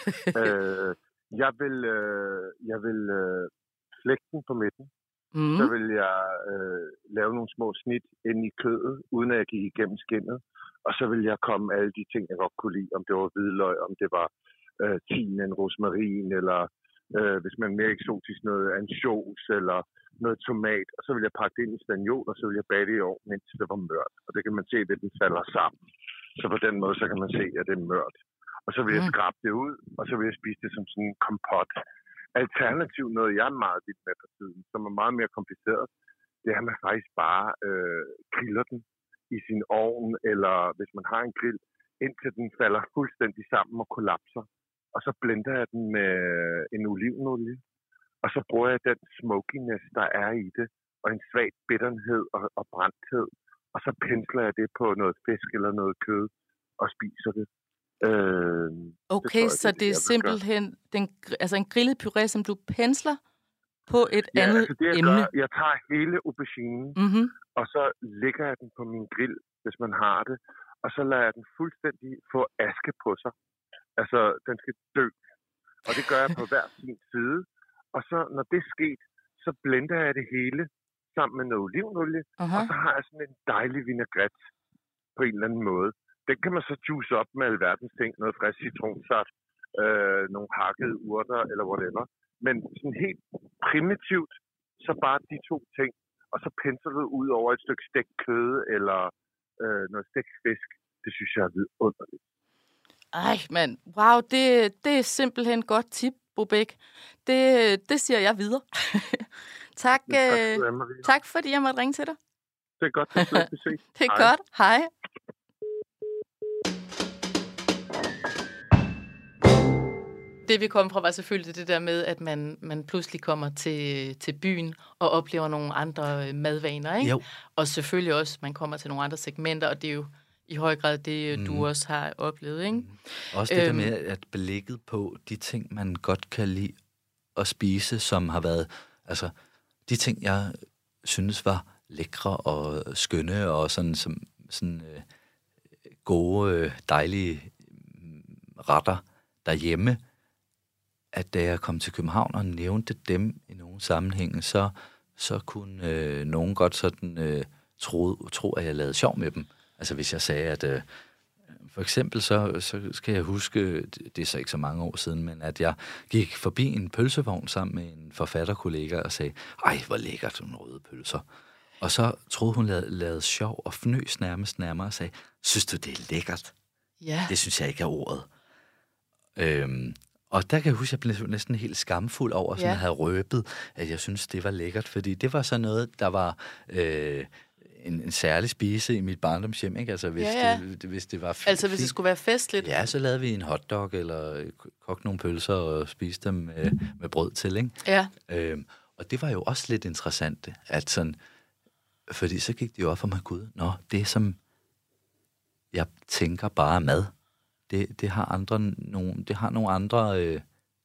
øh, jeg vil, øh, jeg vil øh, flække den på midten. Mm. Så vil jeg øh, lave nogle små snit ind i kødet, uden at jeg gik igennem skindet. Og så vil jeg komme alle de ting, jeg godt kunne lide. Om det var hvidløg, om det var øh, timian, rosmarin, eller øh, hvis man er mere eksotisk, noget ansjos, eller noget tomat. Og så vil jeg pakke det ind i stagnol, og så vil jeg bage det i ovnen, indtil det var mørt. Og det kan man se, at den falder sammen. Så på den måde, så kan man se, at det er mørt. Og så vil jeg skrabe det ud, og så vil jeg spise det som sådan en kompot. Alternativ, noget jeg er meget vild med på tiden, som er meget mere kompliceret, det er, at man faktisk bare øh, griller den i sin ovn, eller hvis man har en grill, indtil den falder fuldstændig sammen og kollapser. Og så blender jeg den med en olivenolie, og så bruger jeg den smokiness, der er i det, og en svag bitterhed og, og brændthed, og så pensler jeg det på noget fisk eller noget kød, og spiser det. Øh, okay, det så det, det er simpelthen den, altså en grillet puré, som du pensler på et ja, andet altså det, jeg emne? Gør, jeg tager hele auberginen, mm-hmm. og så lægger jeg den på min grill, hvis man har det, og så lader jeg den fuldstændig få aske på sig. Altså, den skal dø. Og det gør jeg på hver sin side. Og så, når det er sket, så blender jeg det hele sammen med noget olivenolie, uh-huh. og så har jeg sådan en dejlig vinaigrette på en eller anden måde. Den kan man så juice op med alverdens ting, noget frisk citronsaft, øh, nogle hakkede urter eller whatever. Men sådan helt primitivt, så bare de to ting, og så pensler du ud over et stykke stegt kød eller øh, noget stegt fisk. Det synes jeg er vidunderligt. Ej, mand. Wow, det, det er simpelthen et godt tip, Bobek. Det, det siger jeg videre. tak, tak, øh, tak, fordi jeg måtte ringe til dig. Det er godt, det er vi ses. Det er Hej. godt. Hej. Det vi kom fra var selvfølgelig det der med, at man, man pludselig kommer til, til byen og oplever nogle andre madvaner, ikke? Jo. Og selvfølgelig også, man kommer til nogle andre segmenter, og det er jo i høj grad det, mm. du også har oplevet, ikke? Mm. Også det øhm, der med, at belægget på de ting, man godt kan lide at spise, som har været, altså, de ting, jeg synes var lækre og skønne og sådan, som, sådan øh, gode, øh, dejlige retter derhjemme, at da jeg kom til København og nævnte dem i nogle sammenhænge, så, så kunne øh, nogen godt sådan øh, tro, tro, at jeg lavede sjov med dem. Altså hvis jeg sagde, at øh, for eksempel så, så skal jeg huske, det er så ikke så mange år siden, men at jeg gik forbi en pølsevogn sammen med en forfatterkollega og sagde, ej, hvor lækkert nogle røde pølser. Og så troede hun lavede, lavede sjov og fnøs nærmest nærmere og sagde, synes du, det er lækkert? Ja. Det synes jeg ikke er ordet. Øhm, og der kan jeg huske, at jeg blev næsten helt skamfuld over, sådan ja. at have røbet, at jeg synes, det var lækkert, fordi det var så noget, der var øh, en, en særlig spise i mit barndomshjem, ikke? Altså, hvis, ja, ja. Det, det, hvis det var f- Altså, hvis det skulle være festligt? Ja, så lavede vi en hotdog, eller kogte nogle pølser og spiste dem med, med brød til, ikke? Ja. Øhm, og det var jo også lidt interessant, at sådan, fordi så gik det jo op for mig, gud, nå, det som jeg tænker bare mad, Det, det har andre nogle, det har nogle andre, øh,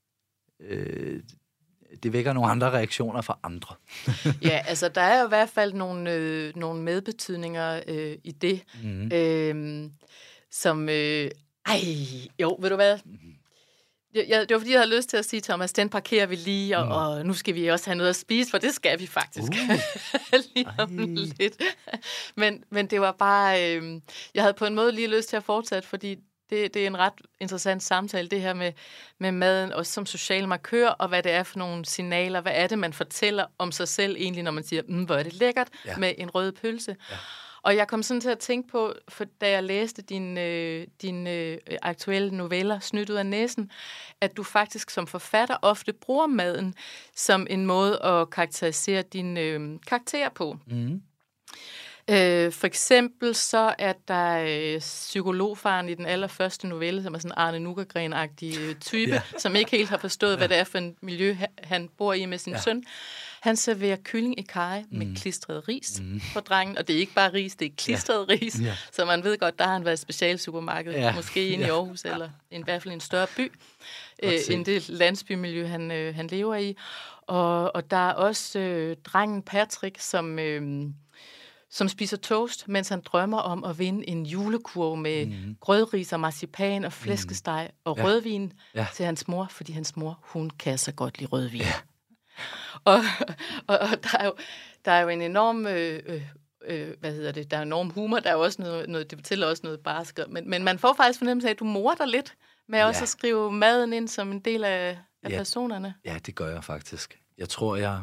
øh, det vækker nogle andre reaktioner fra andre. Ja, altså der er jo i hvert fald nogle, øh, nogle medbetydninger øh, i det, mm-hmm. øh, som, øh, ej, jo, ved du hvad? Jeg, jeg, det var fordi, jeg havde lyst til at sige, Thomas, den parkerer vi lige, og, mm. og nu skal vi også have noget at spise, for det skal vi faktisk uh. lige om lidt. Men, men det var bare, øh, jeg havde på en måde lige lyst til at fortsætte, fordi Det, det er en ret interessant samtale, det her med, med maden, også som social markør, og hvad det er for nogle signaler. Hvad er det, man fortæller om sig selv egentlig, når man siger, mm, hvor er det lækkert ja. med en rød pølse. Ja. Og jeg kom sådan til at tænke på, for da jeg læste dine øh, din, øh, aktuelle noveller, Snydt ud af næsen, at du faktisk som forfatter ofte bruger maden som en måde at karakterisere dine øh, karakterer på. Mm. Øh, for eksempel så er der øh, psykologfaren i den allerførste novelle, som er sådan en Arne Nukergren-agtig øh, type, ja. som ikke helt har forstået, ja. hvad det er for en miljø, han bor i med sin ja. søn. Han serverer kylling i karry mm. med klistret ris mm. for drengen, og det er ikke bare ris, det er klistret ja. ris, ja. så man ved godt, der har han været i specialsupermarked, ja. måske inde ja. i Aarhus, eller i hvert fald en større by, øh, end det landsbymiljø, han, øh, han lever i. Og, og der er også øh, drengen Patrick, som... Øh, som spiser toast, mens han drømmer om at vinde en julekurv med mm. grødris og marcipan og flæskesteg og ja. rødvin ja. til hans mor, fordi hans mor, hun kan så godt lide rødvin. Ja. og, og, og der, er jo, der er jo en enorm, øh, øh, hvad hedder det, der er enorm humor, der er jo også noget, noget det fortæller også noget barsk, men, men man får faktisk fornemmelse af, at du morer dig lidt med ja. også at skrive maden ind som en del af, af ja. personerne. Ja, det gør jeg faktisk. Jeg tror, jeg,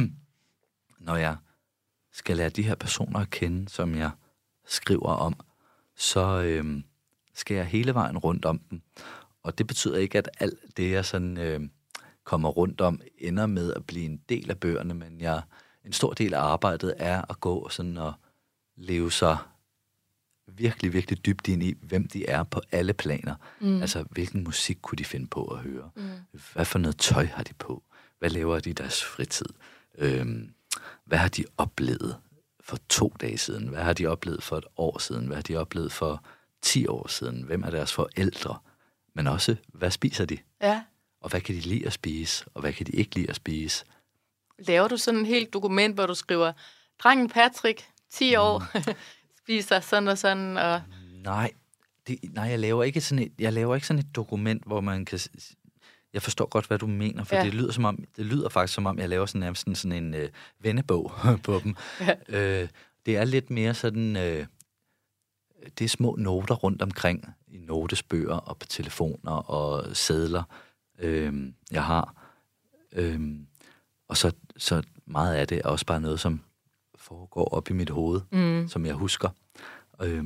når jeg skal lære de her personer at kende, som jeg skriver om, så øhm, skal jeg hele vejen rundt om dem. Og det betyder ikke, at alt det, jeg sådan, øhm, kommer rundt om, ender med at blive en del af bøgerne, men jeg, en stor del af arbejdet er at gå sådan og leve sig virkelig, virkelig dybt ind i, hvem de er på alle planer. Mm. Altså, hvilken musik kunne de finde på at høre? Mm. Hvad for noget tøj har de på? Hvad laver de i deres fritid? Øhm, Hvad har de oplevet for to dage siden? Hvad har de oplevet for et år siden? Hvad har de oplevet for ti år siden? Hvem er deres forældre? Men også, hvad spiser de? Ja. Og hvad kan de lide at spise? Og hvad kan de ikke lide at spise? Laver du sådan et helt dokument, hvor du skriver, drengen Patrick, ti år, mm. spiser sådan og sådan? Og... Nej, det, nej jeg, laver ikke sådan et, jeg laver ikke sådan et dokument, hvor man kan... Jeg forstår godt, hvad du mener, for ja. det lyder som om, det lyder faktisk som om, jeg laver sådan nærmest sådan, sådan en øh, vennebog på dem. Ja. Øh, det er lidt mere sådan, øh, det er små noter rundt omkring i notesbøger og på telefoner og sedler, øh, jeg har. Øh, og så, så meget af det er også bare noget, som foregår op i mit hoved, mm. som jeg husker. Øh,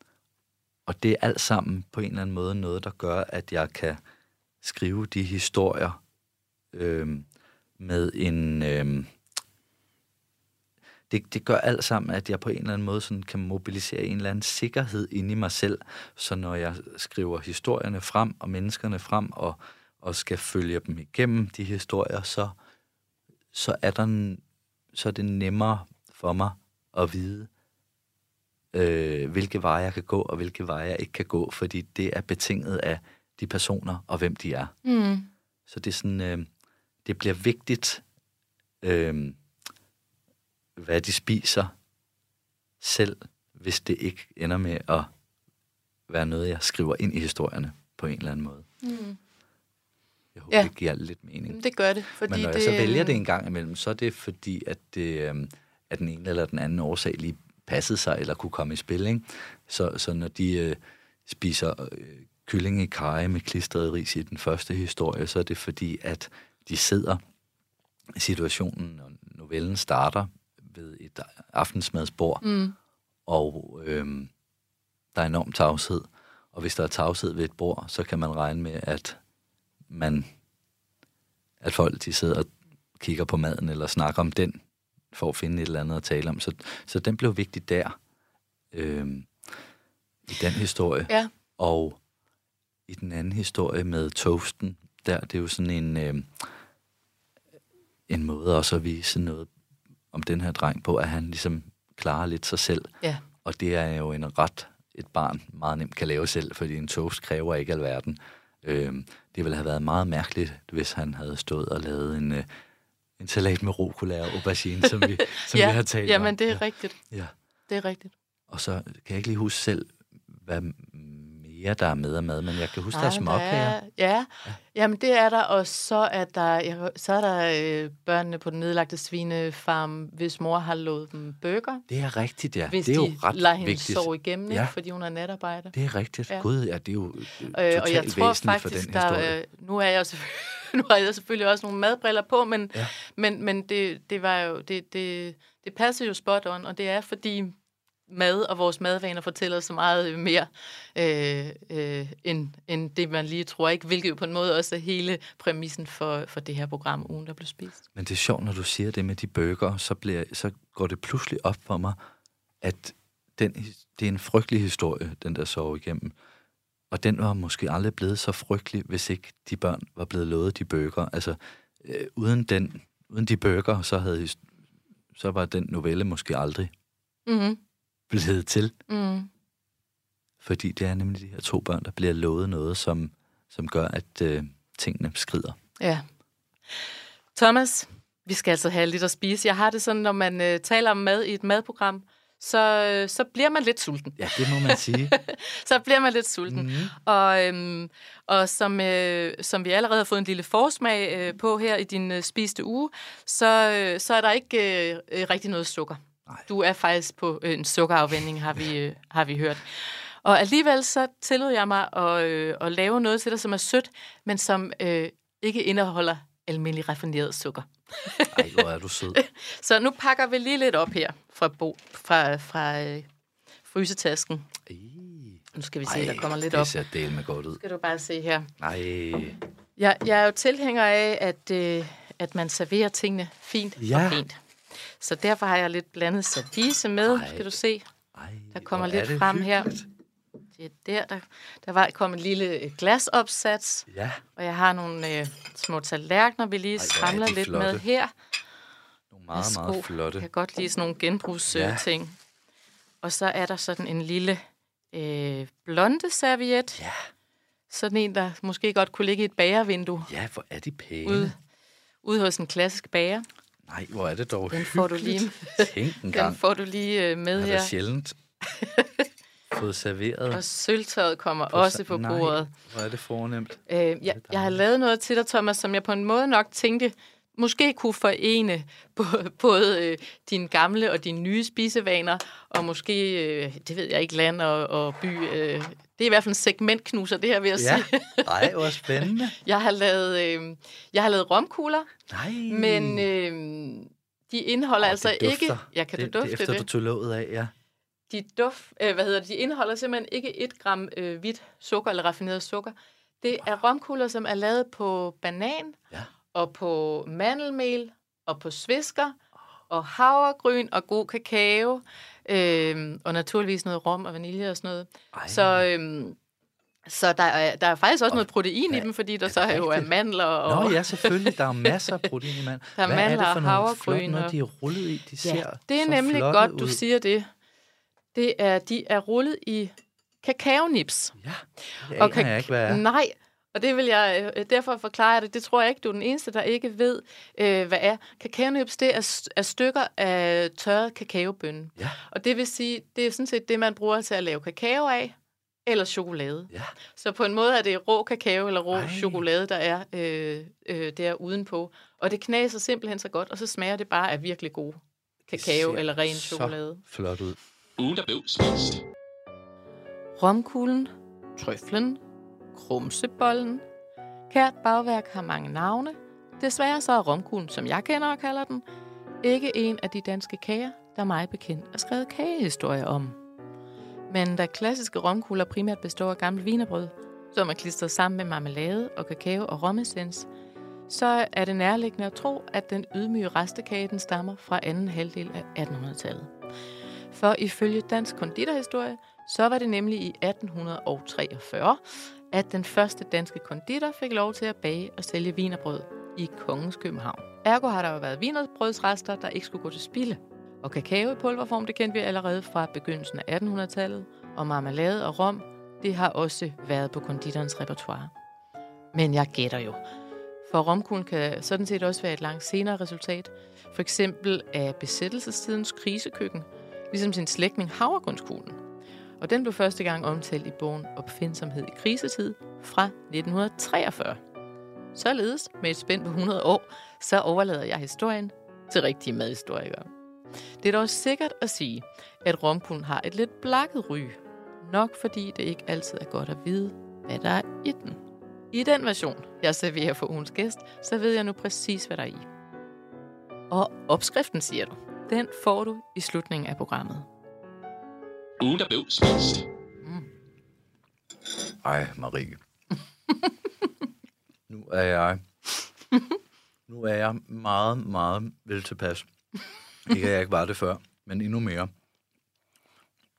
og det er alt sammen på en eller anden måde noget, der gør, at jeg kan skrive de historier øh, med en... Øh, det, det gør alt sammen, at jeg på en eller anden måde sådan kan mobilisere en eller anden sikkerhed inde i mig selv, så når jeg skriver historierne frem og menneskerne frem og, og skal følge dem igennem de historier, så, så, er der en, så er det nemmere for mig at vide, øh, hvilke veje jeg kan gå og hvilke veje jeg ikke kan gå, fordi det er betinget af de personer, og hvem de er. Mm. Så det er sådan, øh, det bliver vigtigt, øh, hvad de spiser selv, hvis det ikke ender med at være noget, jeg skriver ind i historierne på en eller anden måde. Mm. Jeg håber, ja. det giver lidt mening. Det gør det. Fordi Men når det... jeg så vælger det en gang imellem, så er det fordi, at, det, øh, at den ene eller den anden årsag lige passede sig, eller kunne komme i spil. Ikke? Så, så når de øh, spiser... Øh, kylling i karry med klistret ris i den første historie, så er det fordi, at de sidder i situationen, og novellen starter ved et aftensmadsbord, mm. og øhm, der er enorm tavshed. Og hvis der er tavshed ved et bord, så kan man regne med, at man, at folk de sidder og kigger på maden, eller snakker om den, for at finde et eller andet at tale om. Så, så den blev vigtig der, øhm, i den historie. Ja. Og i den anden historie med toasten, der det er jo sådan en, øh, en måde også at vise noget om den her dreng på, at han ligesom klarer lidt sig selv. Ja. Og det er jo en ret, et barn meget nemt kan lave selv, fordi en toast kræver ikke alverden. Øh, det ville have været meget mærkeligt, hvis han havde stået og lavet en, øh, en salat med rucola og aubergine, som vi, som ja. vi har talt om. om. Jamen, det er ja. rigtigt. Ja. Det er rigtigt. Og så kan jeg ikke lige huske selv, hvad mere der er med og mad, men jeg kan huske, Nej, der er småkager. Ja. ja, jamen det er der, og så er der, så er der øh, børnene på den nedlagte svinefarm, hvis mor har lovet dem burger. Det er rigtigt, ja. Hvis det er jo de ret lader hende vigtigt. sove igennem, ja. fordi hun er natarbejder. Det er rigtigt. Ja. Gud, ja, det er jo øh, totalt og jeg tror faktisk, for den der, historie. Øh, nu er jeg nu har jeg selvfølgelig også nogle madbriller på, men, ja. men, men det, det var jo, det, det, det passer jo spot on, og det er fordi mad og vores madvaner fortæller så meget mere øh, øh, end, end det, man lige tror, ikke? Hvilket jo på en måde også er hele præmissen for, for det her program, Ugen, der blev spist. Men det er sjovt, når du siger det med de burger, så, bliver, så går det pludselig op for mig, at den, det er en frygtelig historie, den der sov igennem. Og den var måske aldrig blevet så frygtelig, hvis ikke de børn var blevet lovet de bøger. Altså, øh, uden, den, uden de bøger, så, havde, så var den novelle måske aldrig mm-hmm. blevet til. Mm. Fordi det er nemlig de her to børn, der bliver lovet noget, som, som gør, at øh, tingene skrider. Ja. Thomas, vi skal altså have lidt at spise. Jeg har det sådan, når man øh, taler om mad i et madprogram, så, øh, så bliver man lidt sulten. Ja, det må man sige. Så bliver man lidt sulten. Mm-hmm. Og, øhm, og som, øh, som vi allerede har fået en lille forsmag øh, på her i din øh, spiste uge, så, øh, så er der ikke øh, rigtig noget sukker. Nej. Du er faktisk på øh, en sukkerafvænning, har vi, øh, har vi hørt. Og alligevel så tillod jeg mig at, øh, at lave noget til dig, som er sødt, men som øh, ikke indeholder almindelig raffineret sukker. Ej, hvor er du sød. Så nu pakker vi lige lidt op her fra, bo, fra, fra øh, frysetasken. Ej. Nu skal vi se, Ej, der kommer lidt op. det ser del med godt ud. Skal du bare se her. Nej. Jeg, jeg er jo tilhænger af, at, øh, at man serverer tingene fint ja. og fint. Så derfor har jeg lidt blandet service med. Ej. Skal du se? Ej, der kommer lidt frem hyggeligt. Her. Det er der, der, der var kommet en lille glasopsats. Ja. Og jeg har nogle øh, små tallerkener, vi lige skramler lidt flotte. Med her. Nogle meget, Værsgo. meget flotte. Jeg kan godt lide sådan nogle genbrugsting. Ja. Og så er der sådan en lille øh, blonde serviet. Ja. Sådan en, der måske godt kunne ligge i et bagervindue. Ja, hvor er de pæne. Ude, ude hos en klassisk bager. Nej, hvor er det dog Den får du lige, den får du lige øh, med her. Det er sjældent fået serveret. Og sølvtøjet kommer på også på nej, bordet. Hvor er det fornemt. Øh, jeg, jeg har lavet noget til dig, Thomas, som jeg på en måde nok tænkte, måske kunne forene både, både øh, dine gamle og dine nye spisevaner, og måske, øh, det ved jeg ikke, land og, og by. Øh, det er i hvert fald en segmentknuser, det her vil jeg ja. sige. Ej, hvor spændende. jeg, har lavet, øh, jeg har lavet romkugler, nej. men øh, de indeholder oh, altså ikke... Ja, kan det, du dufte det? Efter det? du tog låget af, ja. De, duft, øh, hvad hedder det, de indeholder simpelthen ikke et gram øh, hvidt sukker eller raffineret sukker. Det er romkugler, som er lavet på banan, ja. og på mandelmel, og på svisker, og havregryn, og god kakao, øh, og naturligvis noget rom og vanilje og sådan noget. Ej. Så, øh, så der, er, der er faktisk også og, noget protein ja, i dem, fordi der så er jo er mandler. Og Nå ja, selvfølgelig. Der er masser af protein i mandler. Der er Hvad mandler er det for og havregryn. Flot, når de er rullet i? De ser ja, det er så nemlig godt, ud. du siger det. Det er, de er rullet i kakaonips. Ja, det og kan jeg ikke, hvad er. Nej, og det vil jeg derfor forklare det. Det tror jeg ikke, du er den eneste, der ikke ved, øh, hvad er. Kakaonips, det er, er stykker af tørret kakaobønne. Ja. Og det vil sige, det er sådan set det, man bruger til at lave kakao af, eller chokolade. Ja. Så på en måde er det rå kakao eller rå Ej. chokolade, der er øh, øh, der udenpå. Og det knaser simpelthen så godt, og så smager det bare af virkelig god kakao eller ren chokolade. Flot ud. Ugen, der blev spist. Romkuglen, trøflen, krumsebollen. Kært bagværk har mange navne. Desværre så er romkuglen, som jeg kender og kalder den, ikke en af de danske kager, der mig bekendt er skrevet kagehistorier om. Men da klassiske romkugler primært består af gammelt wienerbrød, som er klistret sammen med marmelade og kakao og romessens, så er det nærliggende at tro, at den ydmyge restekage den stammer fra anden halvdel af attenhundredetallet. For ifølge dansk konditorhistorie, så var det nemlig i atten treogfyrre, at den første danske konditor fik lov til at bage og sælge wienerbrød i Kongens København. Ergo har der jo været wienerbrødsrester, der ikke skulle gå til spilde. Og kakao i pulverform, det kendte vi allerede fra begyndelsen af attenhundredetallet, og marmelade og rom, det har også været på konditorens repertoire. Men jeg gætter jo. For romkuglen kan sådan set også være et langt senere resultat, for eksempel af besættelsestidens krisekøkken, ligesom sin slægtning havregrynskuglen. Og den blev første gang omtalt i bogen Opfindsomhed i krisetid fra nitten treogfyrre. Således, med et spænd på hundrede år, så overlader jeg historien til rigtige madhistorikere. Det er dog sikkert at sige, at romkuglen har et lidt blakket ry, nok fordi det ikke altid er godt at vide, hvad der er i den. I den version, jeg serverer for ugens gæst, så ved jeg nu præcis, hvad der er i. Og opskriften, siger du, den får du i slutningen af programmet. Ugen, der blev spist. Mm. Ej, Marie. nu er jeg... Nu er jeg meget, meget vel tilpas. Ikke at jeg ikke var det før, men endnu mere.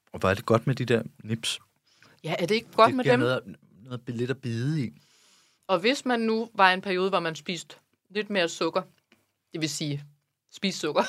Og hvor er det godt med de der nips. Ja, er det ikke godt det med giver dem? noget, noget lidt at bide i. Og hvis man nu var i en periode, hvor man spiste lidt mere sukker, det vil sige spise sukker,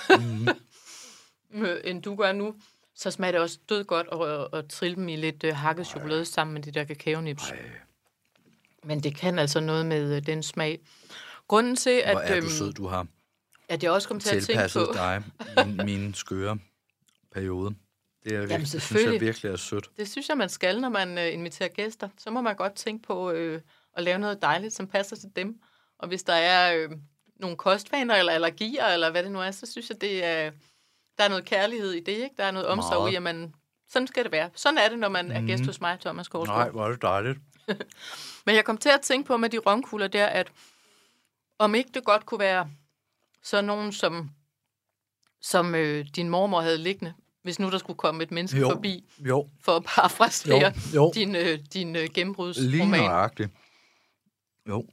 mm. end du gør nu, så smager det også død godt at, at trille dem i lidt uh, hakket chokolade sammen med de der kakaonips. Ej. Men det kan altså noget med uh, den smag. Grunden til, at, hvor er du øhm, sød, du har at jeg også kom til at tænke på... dig min, min skøre periode. Det er virkelig, Jamen, det synes jeg virkelig er sødt. Det synes jeg, man skal, når man uh, inviterer gæster. Så må man godt tænke på uh, at lave noget dejligt, som passer til dem. Og hvis der er uh, nogle kostvaner eller allergier, eller hvad det nu er, så synes jeg, det er... Der er noget kærlighed i det, ikke? Der er noget omsorg Meget. i, at man... Sådan skal det være. Sådan er det, når man mm. er gæst hos mig, Thomas Korsgaard. Nej, hvor er det dejligt. Men jeg kom til at tænke på med de romkugler der, at om ikke det godt kunne være sådan nogen, som, som øh, din mormor havde liggende, hvis nu der skulle komme et menneske jo, forbi, jo. for at parafrasere jo, jo. din, øh, din øh, gennembrudsroman. Lige nøjagtigt. Jo.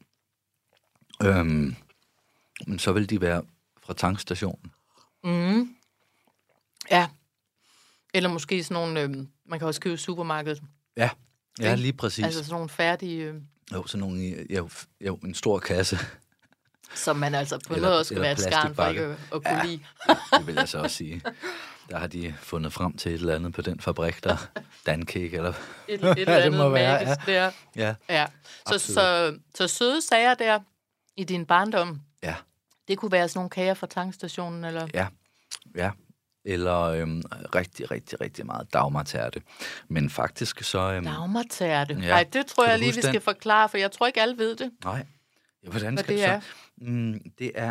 Øhm, men så vil de være fra tankstationen. Mm. Ja. Eller måske sådan nogle, øh, man kan også købe i supermarkedet. Ja, ja lige præcis. Altså sådan nogle færdige... Øh, jo, sådan nogle, jo, jo, en stor kasse. Som man altså på noget også skal være et skarn for ikke at, at kunne ja, lide. Det vil jeg så også sige. Der har de fundet frem til et eller andet på den fabrik, der Dancake eller... Et, et eller andet ja, magisk være, ja. der. Ja, ja. Så, så, så søde sager der i din barndom, ja. Det kunne være sådan nogle kager fra tankstationen, eller? Ja, ja. Eller øhm, rigtig, rigtig, rigtig meget dagmartærte. Men faktisk så... Øhm, dagmartærte? Nej, ja. Det tror jeg lige, vi skal den? forklare, for jeg tror ikke, alle ved det. Nej. Ja, hvordan Hvad skal det det er? så? Mm, det er...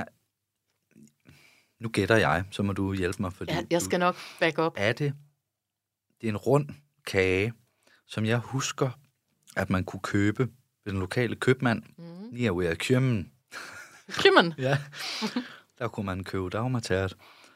Nu gætter jeg, så må du hjælpe mig, fordi... Ja, jeg skal nok back up. Er det... Det er en rund kage, som jeg husker, at man kunne købe ved den lokale købmand, mm. lige ved at Kjømmen. Kjømmen? Ja. Der kunne man købe dagmartært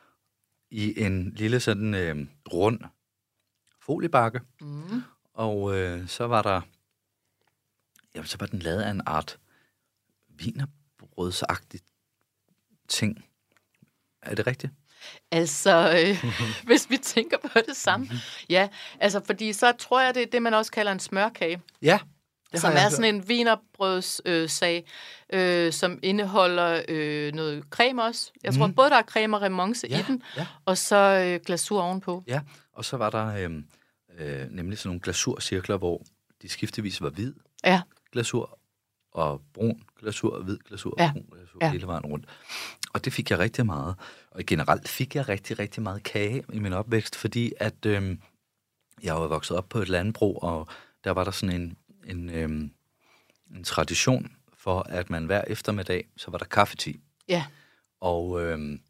i en lille sådan øh, rund foliebakke. Mm. Og øh, så var der... Jamen, så var den lavet af en art wienerbrødsagtig ting. Er det rigtigt? Altså, øh, hvis vi tænker på det samme. Ja, altså, fordi så tror jeg, det er det, man også kalder en smørkage. Ja. Som er sådan en wienerbrødssag, øh, øh, som indeholder øh, noget creme også. Jeg tror, mm. både der er creme og remonce ja, i den, ja. Og så øh, glasur ovenpå. Ja, og så var der øh, øh, nemlig sådan nogle glasurcirkler, hvor de skiftevis var hvid ja. glasur og brun glasur og hvid glasur ja. og brun glasur ja. hele vejen rundt. Og det fik jeg rigtig meget. Og generelt fik jeg rigtig, rigtig meget kage i min opvækst, fordi at øh, jeg var vokset op på et landbrug, og der var der sådan en En, øhm, en tradition for, at man hver eftermiddag, så var der kaffeti. Ja. Og øhm,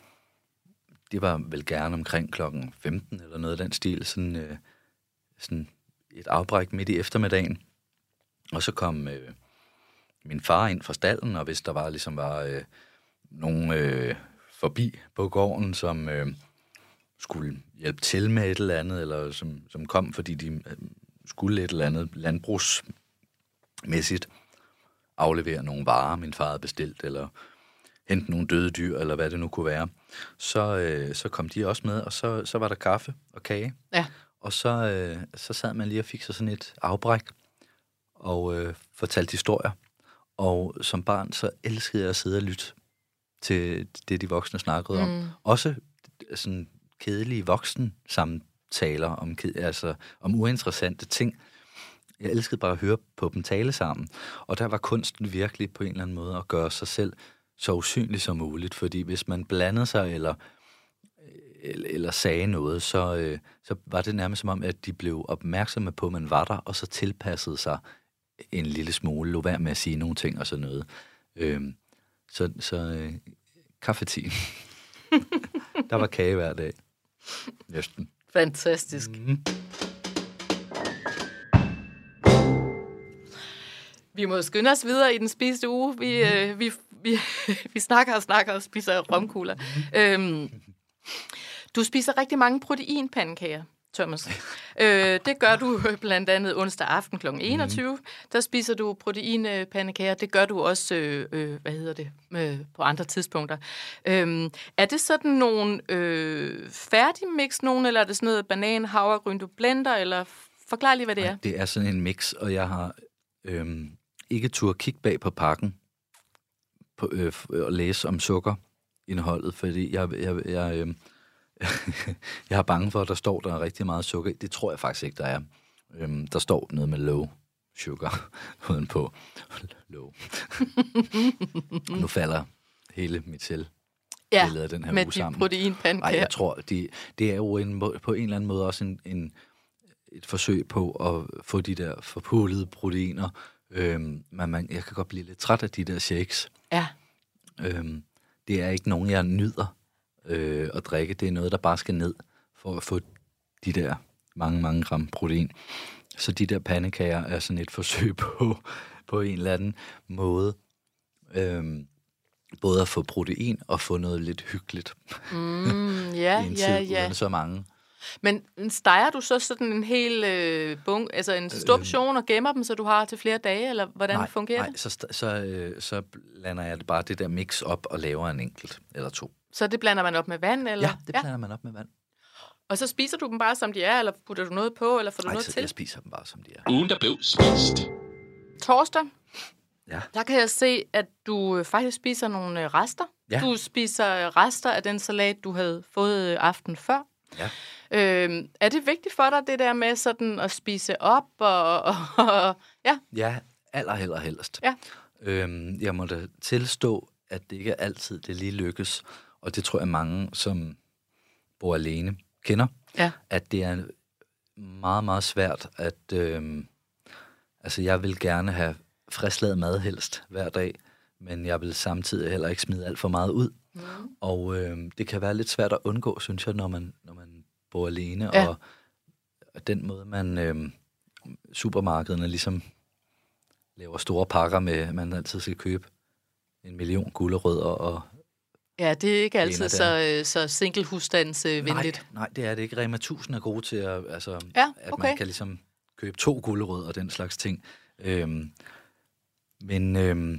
det var vel gerne omkring klokken femten eller noget af den stil, sådan, øh, sådan et afbræk midt i eftermiddagen. Og så kom øh, min far ind fra stalden, og hvis der var ligesom var øh, nogen øh, forbi på gården, som øh, skulle hjælpe til med et eller andet, eller som, som kom, fordi de... Øh, skulle et eller andet landbrugsmæssigt aflevere nogle varer, min far havde bestilt, eller hente nogle døde dyr, eller hvad det nu kunne være, så, øh, så kom de også med, og så, så var der kaffe og kage. Ja. Og så, øh, så sad man lige og fik sig sådan et afbræk, og øh, fortalte historier. Og som barn, så elskede jeg at sidde og lytte til det, de voksne snakkede om. Mm. Også sådan kedelige voksen sammen taler om, altså, om uinteressante ting. Jeg elskede bare at høre på dem tale sammen. Og der var kunsten virkelig på en eller anden måde at gøre sig selv så usynlig som muligt. Fordi hvis man blandede sig eller, eller, eller sagde noget, så, øh, så var det nærmest som om, at de blev opmærksomme på, at man var der, og så tilpassede sig en lille smule. Lå være med at sige nogle ting og sådan noget. Øh, så så øh, kaffetid. Der var kage hver dag. Næsten. Fantastisk. Mm. Vi må skynde os videre i den spiste uge. Vi, mm. øh, vi, vi, vi snakker og snakker og spiser romkugler. Mm. Øhm, du spiser rigtig mange proteinpandekager. Thomas. øh, det gør du blandt andet onsdag aften kl. enogtyve. Mm. Der spiser du proteinpandekager. Det gør du også, øh, øh, hvad hedder det, øh, på andre tidspunkter. Øh, er det sådan nogle øh, færdigmix nogen, eller er det sådan noget banan, havregryn, du blender, eller forklar lige, hvad det er? Nej, det er sådan en mix, og jeg har øh, ikke tur kigge bag på pakken på, øh, og læse om sukkerindholdet, fordi jeg, jeg, jeg, øh, jeg er bange for, at der står, der er rigtig meget sukker i. Det tror jeg faktisk ikke, der er. Øhm, der står noget med low sugar udenpå. Low. Nu falder hele mit selv ja, af den her med uge de sammen. proteinpandekager. Nej, jeg tror, de, det er jo en, på en eller anden måde også en, en, et forsøg på at få de der forpulede proteiner. Øhm, men man, jeg kan godt blive lidt træt af de der shakes. Ja. Øhm, det er ikke nogen, jeg nyder øh, at drikke. Det er noget, der bare skal ned for at få de der mange, mange gram protein. Så de der pandekager er sådan et forsøg på, på en eller anden måde øhm, både at få protein og få noget lidt hyggeligt. Mm, ja, i en ja, tid, ja. uden så mange. Men steger du så sådan en hel øh, bunk, altså en stor portion og gemmer dem, så du har til flere dage, eller hvordan nej, fungerer nej, det? så, så, øh, så blander jeg det bare det der mix op og laver en enkelt eller to. Så det blander man op med vand, eller? Ja, det blander ja. man op med vand. Og så spiser du dem bare, som de er, eller putter du noget på, eller får du nej, noget så til? jeg spiser dem bare, som de er. Ugen, der blev spist. Torsdag, ja. der kan jeg se, at du faktisk spiser nogle rester. Ja. Du spiser rester af den salat, du havde fået aften før. Ja. Øhm, er det vigtigt for dig, det der med sådan at spise op? Og, og, og ja. Ja, aller, aller helst. Ja. Øhm, jeg må da tilstå, at det ikke er altid, det lige lykkes. Og det tror jeg mange, som bor alene, kender. Ja. At det er meget, meget svært at... Øhm, altså, jeg vil gerne have frisklavet mad helst hver dag, men jeg vil samtidig heller ikke smide alt for meget ud. Mm. Og øhm, det kan være lidt svært at undgå, synes jeg, når man, når man bor alene. Ja. Og, og den måde, man... Øhm, supermarkederne ligesom laver store pakker med, at man altid skal købe en million gulerødder og... Ja, det er ikke altid så, så single-husstandsvenligt. Nej, nej, det er det ikke. Rema tusind er gode til at, altså, ja, okay. at man kan ligesom købe to gulerødder og den slags ting. Øhm, men øhm,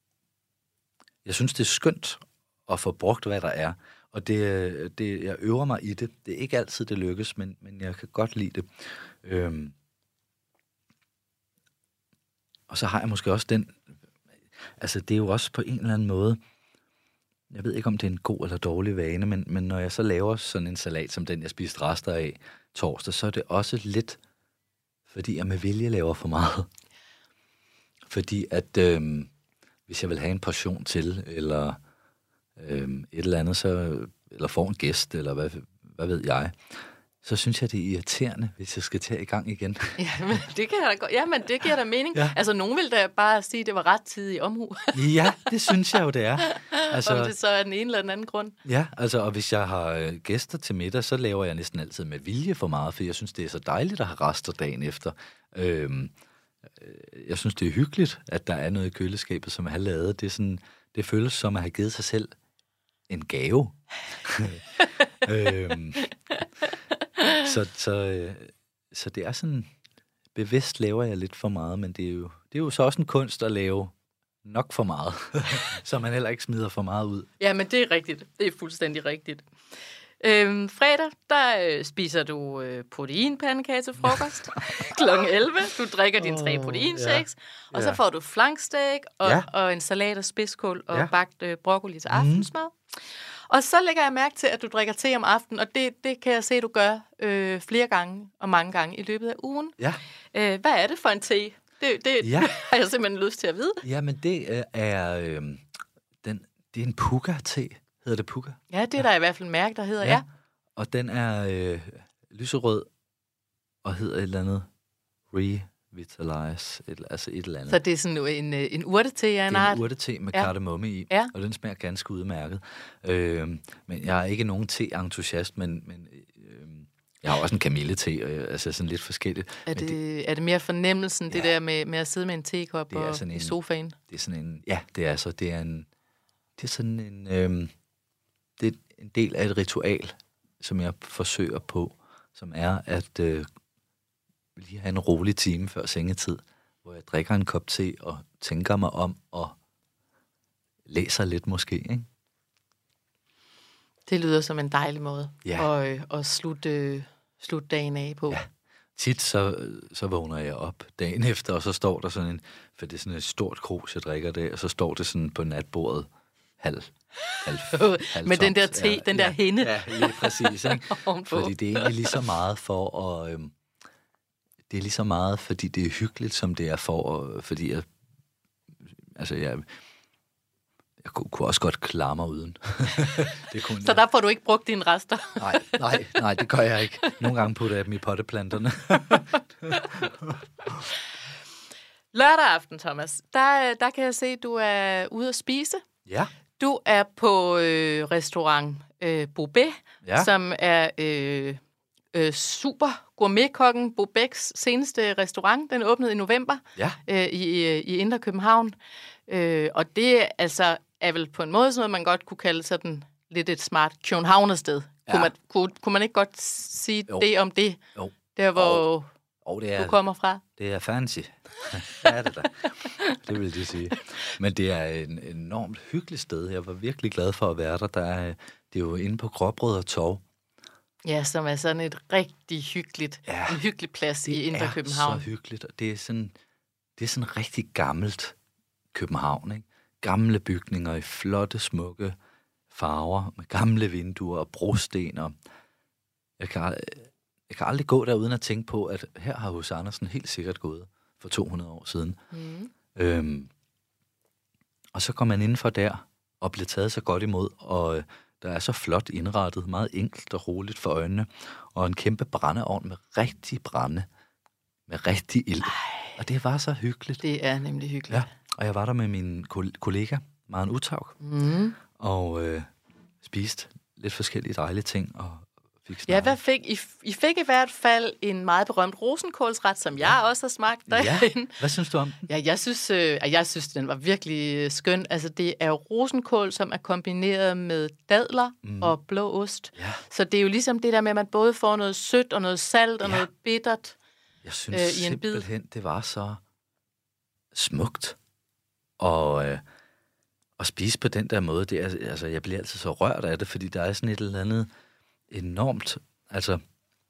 jeg synes, det er skønt at få brugt, hvad der er. Og det, det, jeg øver mig i det. Det er ikke altid, det lykkes, men, men jeg kan godt lide det. Øhm, og så har jeg måske også den... Altså, det er jo også på en eller anden måde... Jeg ved ikke, om det er en god eller dårlig vane, men, men når jeg så laver sådan en salat, som den, jeg spiste rester af torsdag, så er det også lidt, fordi jeg med vilje laver for meget. Fordi at øhm, hvis jeg vil have en portion til, eller øhm, et eller andet, så, eller får en gæst, eller hvad, hvad ved jeg, så synes jeg, det er irriterende, hvis jeg skal tage i gang igen. Ja, men det, kan da, ja, men det giver da mening. Ja. Altså, nogen vil da bare sige, at det var ret tidig omhu. Ja, det synes jeg jo, det er. Altså, om det så er den ene eller den anden grund. Ja, altså, og hvis jeg har øh, gæster til middag, så laver jeg næsten altid med vilje for meget, for jeg synes, det er så dejligt at have rester dagen efter. Øhm, øh, jeg synes, det er hyggeligt, at der er noget i køleskabet, som jeg har lavet. Det, er sådan, det føles som at have givet sig selv en gave. øhm, så, så, øh, så det er sådan, bevidst laver jeg lidt for meget, men det er jo, det er jo så også en kunst at lave nok for meget, så man heller ikke smider for meget ud. Ja, men det er rigtigt. Det er fuldstændig rigtigt. Øhm, fredag, der øh, spiser du øh, proteinpandekage til frokost klokken elleve. Du drikker dine tre proteinshakes, ja. og så får du flanksteak og, ja. og en salat af spidskål og ja. bagt øh, broccoli til aftensmad. Mm. Og så lægger jeg mærke til, at du drikker te om aftenen, og det, det kan jeg se, du gør øh, flere gange og mange gange i løbet af ugen. Ja. Øh, hvad er det for en te? Det, det ja. har jeg simpelthen lyst til at vide. Ja, men det øh, er øh, den, det er en puka-te. Hedder det puka? Ja, det er der ja. i hvert fald mærke, der hedder, ja. ja. Og den er øh, lyserød og hedder et eller andet Revitalize, et, altså et eller andet. Så det er sådan en, en urtete af en art? Det er en urtete med ja. kardemomme i, ja. og den smager ganske udmærket. Øh, men jeg er ikke nogen te-entusiast, men, men øh, jeg har også en kamillete, øh, altså sådan lidt forskelligt. Er det, det, er det mere fornemmelsen, ja. det der med, med at sidde med en tekop og i en, sofaen? Det er sådan en, ja, det er så, det er en, det er sådan en, øh, det er en del af et ritual, som jeg forsøger på, som er at øh, lige have en rolig time før sengetid, hvor jeg drikker en kop te og tænker mig om og læser lidt måske, ikke? Det lyder som en dejlig måde ja. at, at slutte, slutte dagen af på. Ja. Tit så, så vågner jeg op dagen efter, og så står der sådan en, for det er sådan et stort krus, jeg drikker det, og så står det sådan på natbordet halv, halv, halv med den der te, ja, den der ja, hende. Ja, lige præcis, ikke? Fordi det er egentlig lige så meget for at, øhm, det er lige så meget, fordi det er hyggeligt, som det er for, at, fordi jeg, altså jeg, jeg kunne også godt klare mig uden. det kunne, så der får du ikke brugt dine rester? nej, nej, nej, det gør jeg ikke. Nogle gange putter jeg dem i potteplanterne. Lørdag aften, Thomas, der, der kan jeg se, at du er ude at spise. Ja. Du er på øh, restaurant øh, Bobet, ja. som er øh, øh, super gourmetkokken Bobeks seneste restaurant. Den åbnede i november ja. øh, i, i Indre København. Øh, og det altså, er vel på en måde sådan noget, man godt kunne kalde sådan lidt et smart københavnersted. Ja. Kunne, man, kunne, kunne man ikke godt sige jo. det om det? Jo. Der, hvor og, og det er, du kommer fra? Det er fancy. Det er det da. Det vil jeg sige. Men det er en enormt hyggeligt sted. Jeg var virkelig glad for at være der. der er, det er jo inde på Gråbrød og Torv. Ja, som er sådan et rigtig hyggeligt, ja, en hyggelig plads i Indre København. Det er så hyggeligt, og det er sådan, det er sådan rigtig gammelt København, ikke? Gamle bygninger i flotte, smukke farver, med gamle vinduer og brosten. Og jeg, kan, jeg kan aldrig gå der uden at tænke på, at her har H C. Andersen helt sikkert gået for to hundrede år siden. Mm. Øhm, og så går man indenfor der og bliver taget så godt imod, og der er så flot indrettet, meget enkelt og roligt for øjnene, og en kæmpe brændeovn med rigtig brænde, med rigtig ild. Ej, og det var så hyggeligt. Det er nemlig hyggeligt. Ja, og jeg var der med min kollega, Maren Uthaug, mm. og øh, spiste lidt forskellige dejlige ting, og fik ja, hvad fik I? I fik i hvert fald en meget berømt rosenkålsret, som jeg ja. også har smagt derinde. Ja. Hvad synes du om den? Ja, jeg synes, øh, jeg synes, den var virkelig skøn. Altså, det er jo rosenkål, som er kombineret med dadler mm. og blå ost. Ja. Så det er jo ligesom det der med, at man både får noget sødt og noget salt og ja. noget bittert. Jeg synes øh, i en simpelthen, bid. Det var så smukt. Og øh, at spise på den der måde, det er, altså, jeg bliver altid så rørt af det, fordi der er sådan et eller andet enormt, altså,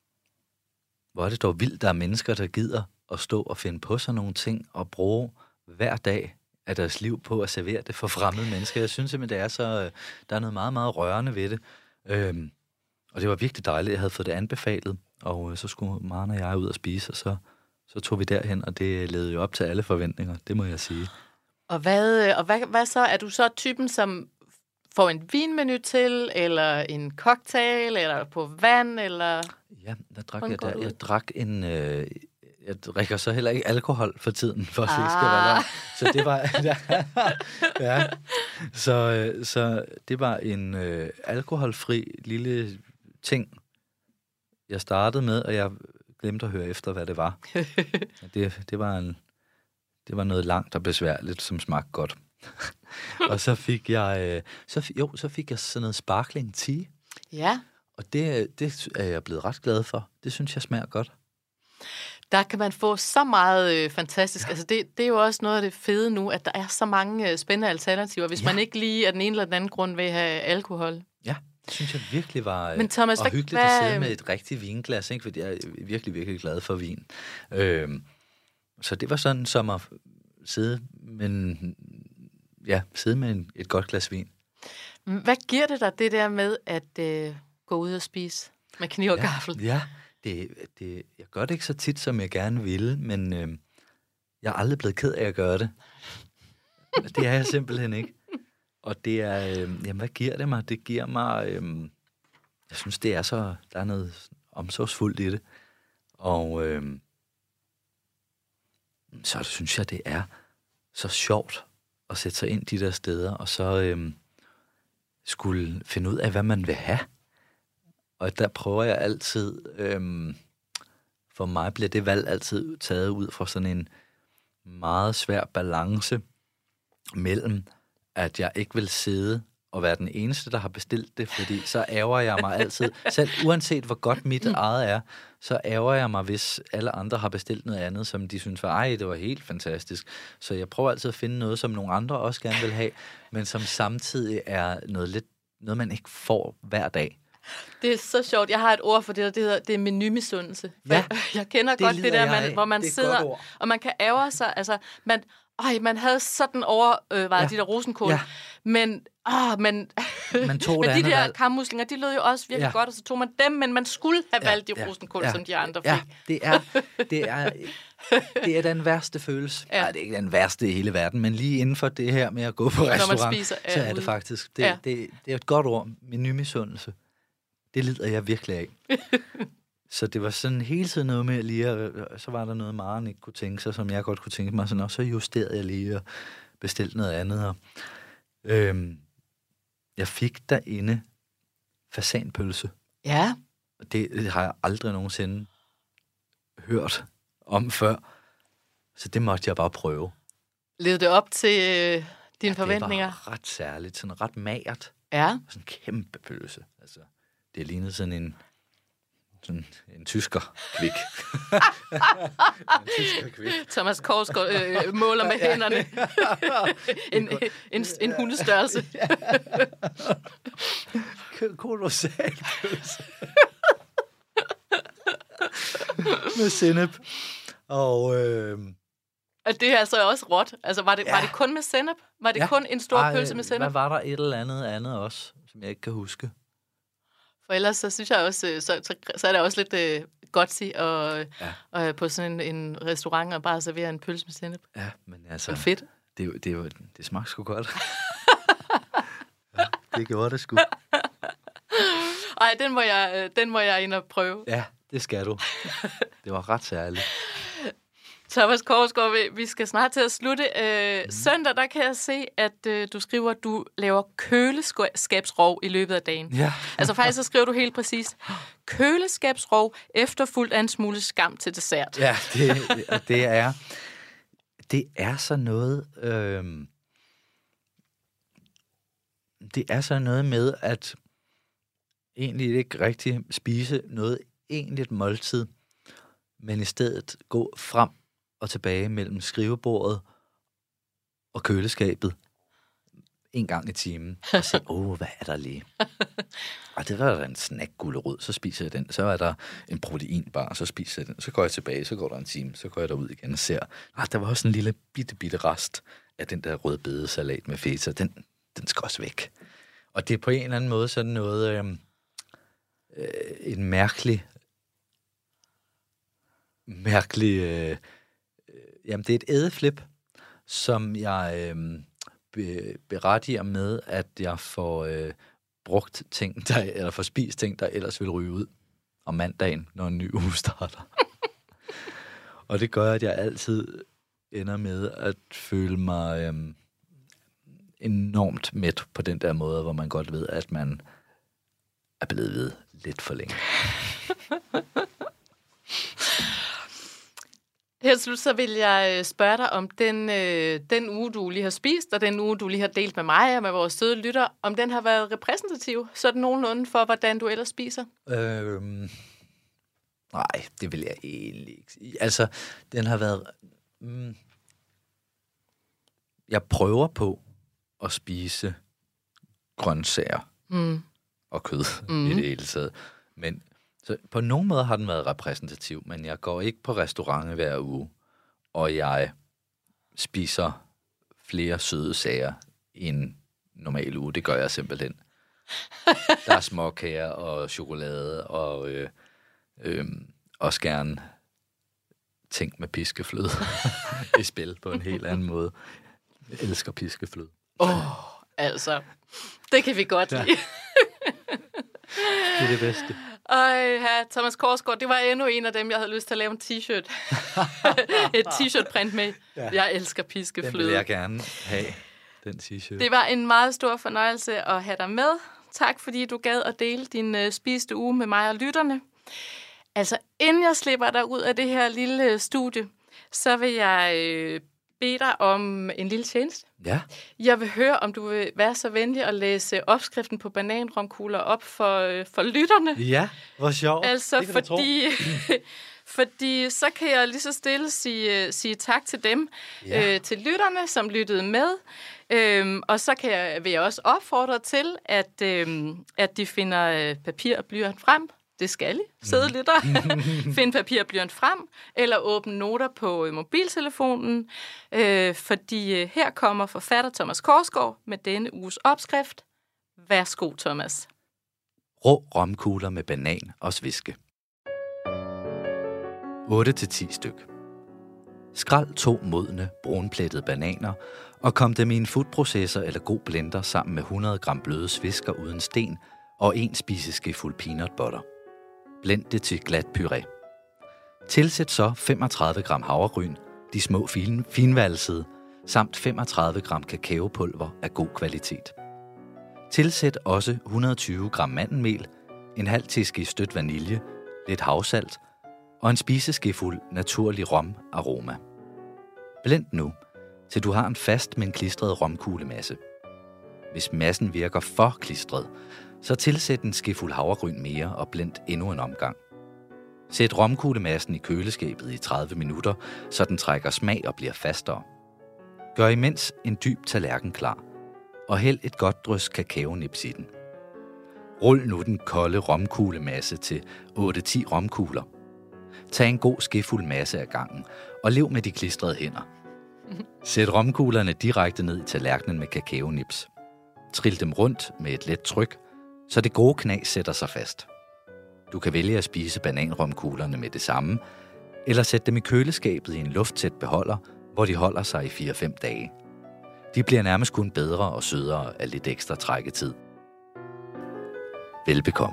hvor er det dog vildt, der er mennesker, der gider at stå og finde på sådan nogle ting, og bruge hver dag af deres liv på at servere det for fremmede mennesker. Jeg synes simpelthen, det er så, der er noget meget, meget rørende ved det. Øhm, og det var virkelig dejligt, jeg havde fået det anbefalet, og så skulle Maren og jeg ud og spise, og så, så tog vi derhen, og det ledede jo op til alle forventninger, det må jeg sige. Og hvad, og hvad, hvad så? Er du så typen, som får en vinmenu til, eller en cocktail, eller på vand, eller... Ja, der drak jeg der. Jeg drak en... Øh, jeg drikker så heller ikke alkohol for tiden, for at ah. det skal være der. Så det var... ja, ja. Så, så det var en øh, alkoholfri lille ting, jeg startede med, og jeg glemte at høre efter, hvad det var. det, det var en... Det var noget langt og besværligt, som smagte godt. Og så fik jeg, så, jo, så fik jeg sådan noget sparkling tea. Ja. Og det, det er jeg blevet ret glad for. Det synes jeg smager godt. Der kan man få så meget øh, fantastisk. Ja. Altså det, det er jo også noget af det fede nu, at der er så mange øh, spændende alternativer, hvis ja. man ikke lige af den ene eller den anden grund vil have alkohol. Ja, det synes jeg virkelig var Men Thomas, og hvad, hyggeligt hvad, at sidde med et rigtigt vinglas, ikke? Fordi jeg er virkelig, virkelig glad for vin. Øhm, så det var sådan som at sidde med, ja, sidde med en, et godt glas vin. Hvad giver det dig, det der med at øh, gå ud og spise med kniv og ja, gaffel? Ja, det, det, jeg gør det ikke så tit, som jeg gerne ville, men øh, jeg er aldrig blevet ked af at gøre det. Det er jeg simpelthen ikke. Og det er, øh, jamen hvad giver det mig? Det giver mig, øh, jeg synes det er så, der er noget omsorgsfuldt i det. Og øh, så synes jeg, det er så sjovt at sætte sig ind de der steder, og så øh, skulle finde ud af, hvad man vil have. Og der prøver jeg altid, øh, for mig bliver det valg altid taget ud fra sådan en meget svær balance mellem, at jeg ikke vil sidde at være den eneste, der har bestilt det, fordi så ærger jeg mig altid, selv uanset hvor godt mit eget er, så ærger jeg mig, hvis alle andre har bestilt noget andet, som de synes var, ej, det var helt fantastisk. Så jeg prøver altid at finde noget, som nogle andre også gerne vil have, men som samtidig er noget, lidt, noget man ikke får hver dag. Det er så sjovt. Jeg har et ord for det, det hedder det er menumisundelse. Ja, jeg kender det godt det der, man, hvor man sidder, og man kan ærge sig, altså, man, øj, man havde sådan overvejet øh, ja. de der rosenkål, ja. men, åh, men, man tog men det de der valg. Kammuslinger, de lød jo også virkelig ja. godt, og så tog man dem, men man skulle have ja, valgt de ja, rosenkål, ja, som de andre fik. Ja, det er, det er, det er den værste følelse. Ja. Nej, det er ikke den værste i hele verden, men lige inden for det her med at gå på restaurant, spiser, så er det faktisk, det, ja. det, det er et godt ord, menumisundelse. Det lider jeg virkelig af. Så det var sådan hele tiden noget med lige, og så var der noget, Maren ikke kunne tænke sig, som jeg godt kunne tænke mig, sådan, og så justerede jeg lige og bestilte noget andet. Og, øhm, jeg fik derinde fasanpølse. Ja. Og det, det har jeg aldrig nogensinde hørt om før. Så det måtte jeg bare prøve. Levede det op til øh, dine ja, forventninger? Det var ret særligt, sådan ret magert. Ja. Sådan en kæmpe pølse. Altså, det lignede sådan en sådan en tysker kvik. en tysker kvik. Thomas Korsgaard øh, måler med hænderne. en, en, en hundestørrelse. Kolossal pølse. med sennep. Og... Øh, Og det er altså også råt. Altså, var det, ja. var det kun med sennep? Var det ja. kun en stor Ej, pølse med sennep? Hvad var der et eller andet andet også, som jeg ikke kan huske? For ellers så synes jeg også, så, så, så er det også lidt øh, gutsy og, ja. og på sådan en, en restaurant og bare servere en pølse med sennep. Ja, men altså... Det er fedt. Det, det, det, det smagte sgu godt. ja, det gjorde det sgu. Ej, den må jeg, den må jeg ind og prøve. Ja, det skal du. Det var ret særligt. Thomas Korsgaard, vi skal snart til at slutte. Øh, mm. Søndag, der kan jeg se, at øh, du skriver, at du laver køleskabsrov i løbet af dagen. Ja. Altså faktisk så skriver du helt præcist, køleskabsrov efterfulgt af en smule skam til dessert. Ja, det, det er det er så noget øh, det er så noget med at egentlig ikke rigtig spise noget egentligt måltid, men i stedet gå frem og tilbage mellem skrivebordet og køleskabet en gang i timen og se, åh, hvad er der lige? Og det var der en snack-gulerod, så spiser jeg den. Så er der en proteinbar, så spiser jeg den. Så går jeg tilbage, så går der en time, så går jeg derud igen og ser, ah, der var også en lille bitte, bitte rest af den der rødbedesalat med feta. Den, den skal også væk. Og det er på en eller anden måde sådan noget, øh, øh, en mærkelig mærkelig... Øh, øh, jamen, det er et ædeflip, som jeg øh, be, berettiger med, at jeg får øh, brugt ting, der, eller får spist ting, der ellers vil ryge ud om mandagen, når en ny uge starter. Og det gør, at jeg altid ender med at føle mig øh, enormt mæt på den der måde, hvor man godt ved, at man er blevet ved lidt for længe. Her til slut, så vil jeg spørge dig om den, øh, den uge, du lige har spist, og den uge, du lige har delt med mig og med vores søde lytter, om den har været repræsentativ, sådan nogenlunde for, hvordan du ellers spiser? Øhm, nej, det vil jeg egentlig ikke sige. Altså, den har været... Mm, jeg prøver på at spise grøntsager mm. og kød mm. i det hele taget, men... Så på nogen måde har den været repræsentativ, men jeg går ikke på restaurant hver uge, og jeg spiser flere søde sager i en normal uge. Det gør jeg simpelthen. Der er småkager og chokolade, og øh, øh, også gerne ting med piskefløde i spil på en helt anden måde. Jeg elsker piskefløde. Åh, oh, altså, det kan vi godt lide. Ja. Det er det bedste. Ej, ja, Thomas Korsgaard, det var endnu en af dem, jeg havde lyst til at lave en t-shirt. Et t-shirt-print med. Ja. Jeg elsker piskefløde. Den vil jeg gerne have, den t-shirt. Det var en meget stor fornøjelse at have dig med. Tak, fordi du gad at dele din uh, spiste uge med mig og lytterne. Altså, inden jeg slipper dig ud af det her lille studie, så vil jeg øh, bede dig om en lille tjeneste. Ja. Jeg vil høre, om du vil være så venlig at læse opskriften på bananromkugler op for, for lytterne. Ja, hvor sjovt. Altså, fordi, fordi så kan jeg lige så stille sige, sige tak til dem, ja. øh, til lytterne, som lyttede med. Øhm, og så kan jeg, vil jeg også opfordre til, at, øhm, at de finder papir og blyant frem. Det skal I. Sidde lidt og finde papir og blyant frem, eller åbne noter på mobiltelefonen, øh, fordi øh, her kommer forfatter Thomas Korsgaard med denne uges opskrift. Værsgo, Thomas. Rå romkugler med banan og sviske. otte til ti styk. Skræl to modne, brunplettede bananer og kom dem i en foodprocessor eller god blender sammen med hundrede gram bløde svisker uden sten og en spiseskefuld peanut butter. Blend det til glat puré. Tilsæt så femogtredive gram havregryn, de små fin, finvalsede, samt femogtredive gram kakaopulver af god kvalitet. Tilsæt også et hundrede og tyve gram mandelmel, en halv teske stødt vanilje, lidt havsalt og en spiseskefuld naturlig rom aroma. Blend nu, til du har en fast, men klistret romkuglemasse. Hvis massen virker for klistret, så tilsæt en skefuld havregryn mere og blend endnu en omgang. Sæt romkuglemassen i køleskabet i tredive minutter, så den trækker smag og bliver fastere. Gør imens en dyb tallerken klar, og hæld et godt drys kakaonips i den. Rul nu den kolde romkuglemasse til otte til ti romkugler. Tag en god skefuld masse af gangen, og lev med de klistrede hænder. Sæt romkuglerne direkte ned i tallerkenen med kakaonips. Trill dem rundt med et let tryk, så det gode knas sætter sig fast. Du kan vælge at spise bananromkuglerne med det samme, eller sætte dem i køleskabet i en lufttæt beholder, hvor de holder sig i fire til fem dage. De bliver nærmest kun bedre og sødere af lidt ekstra trækketid. Velbekomme.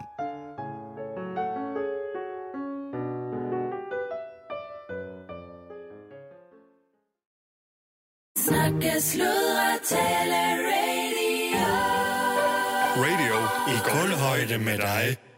Snakke, sludre, tale, radio. Radio i kulhøjde med dig.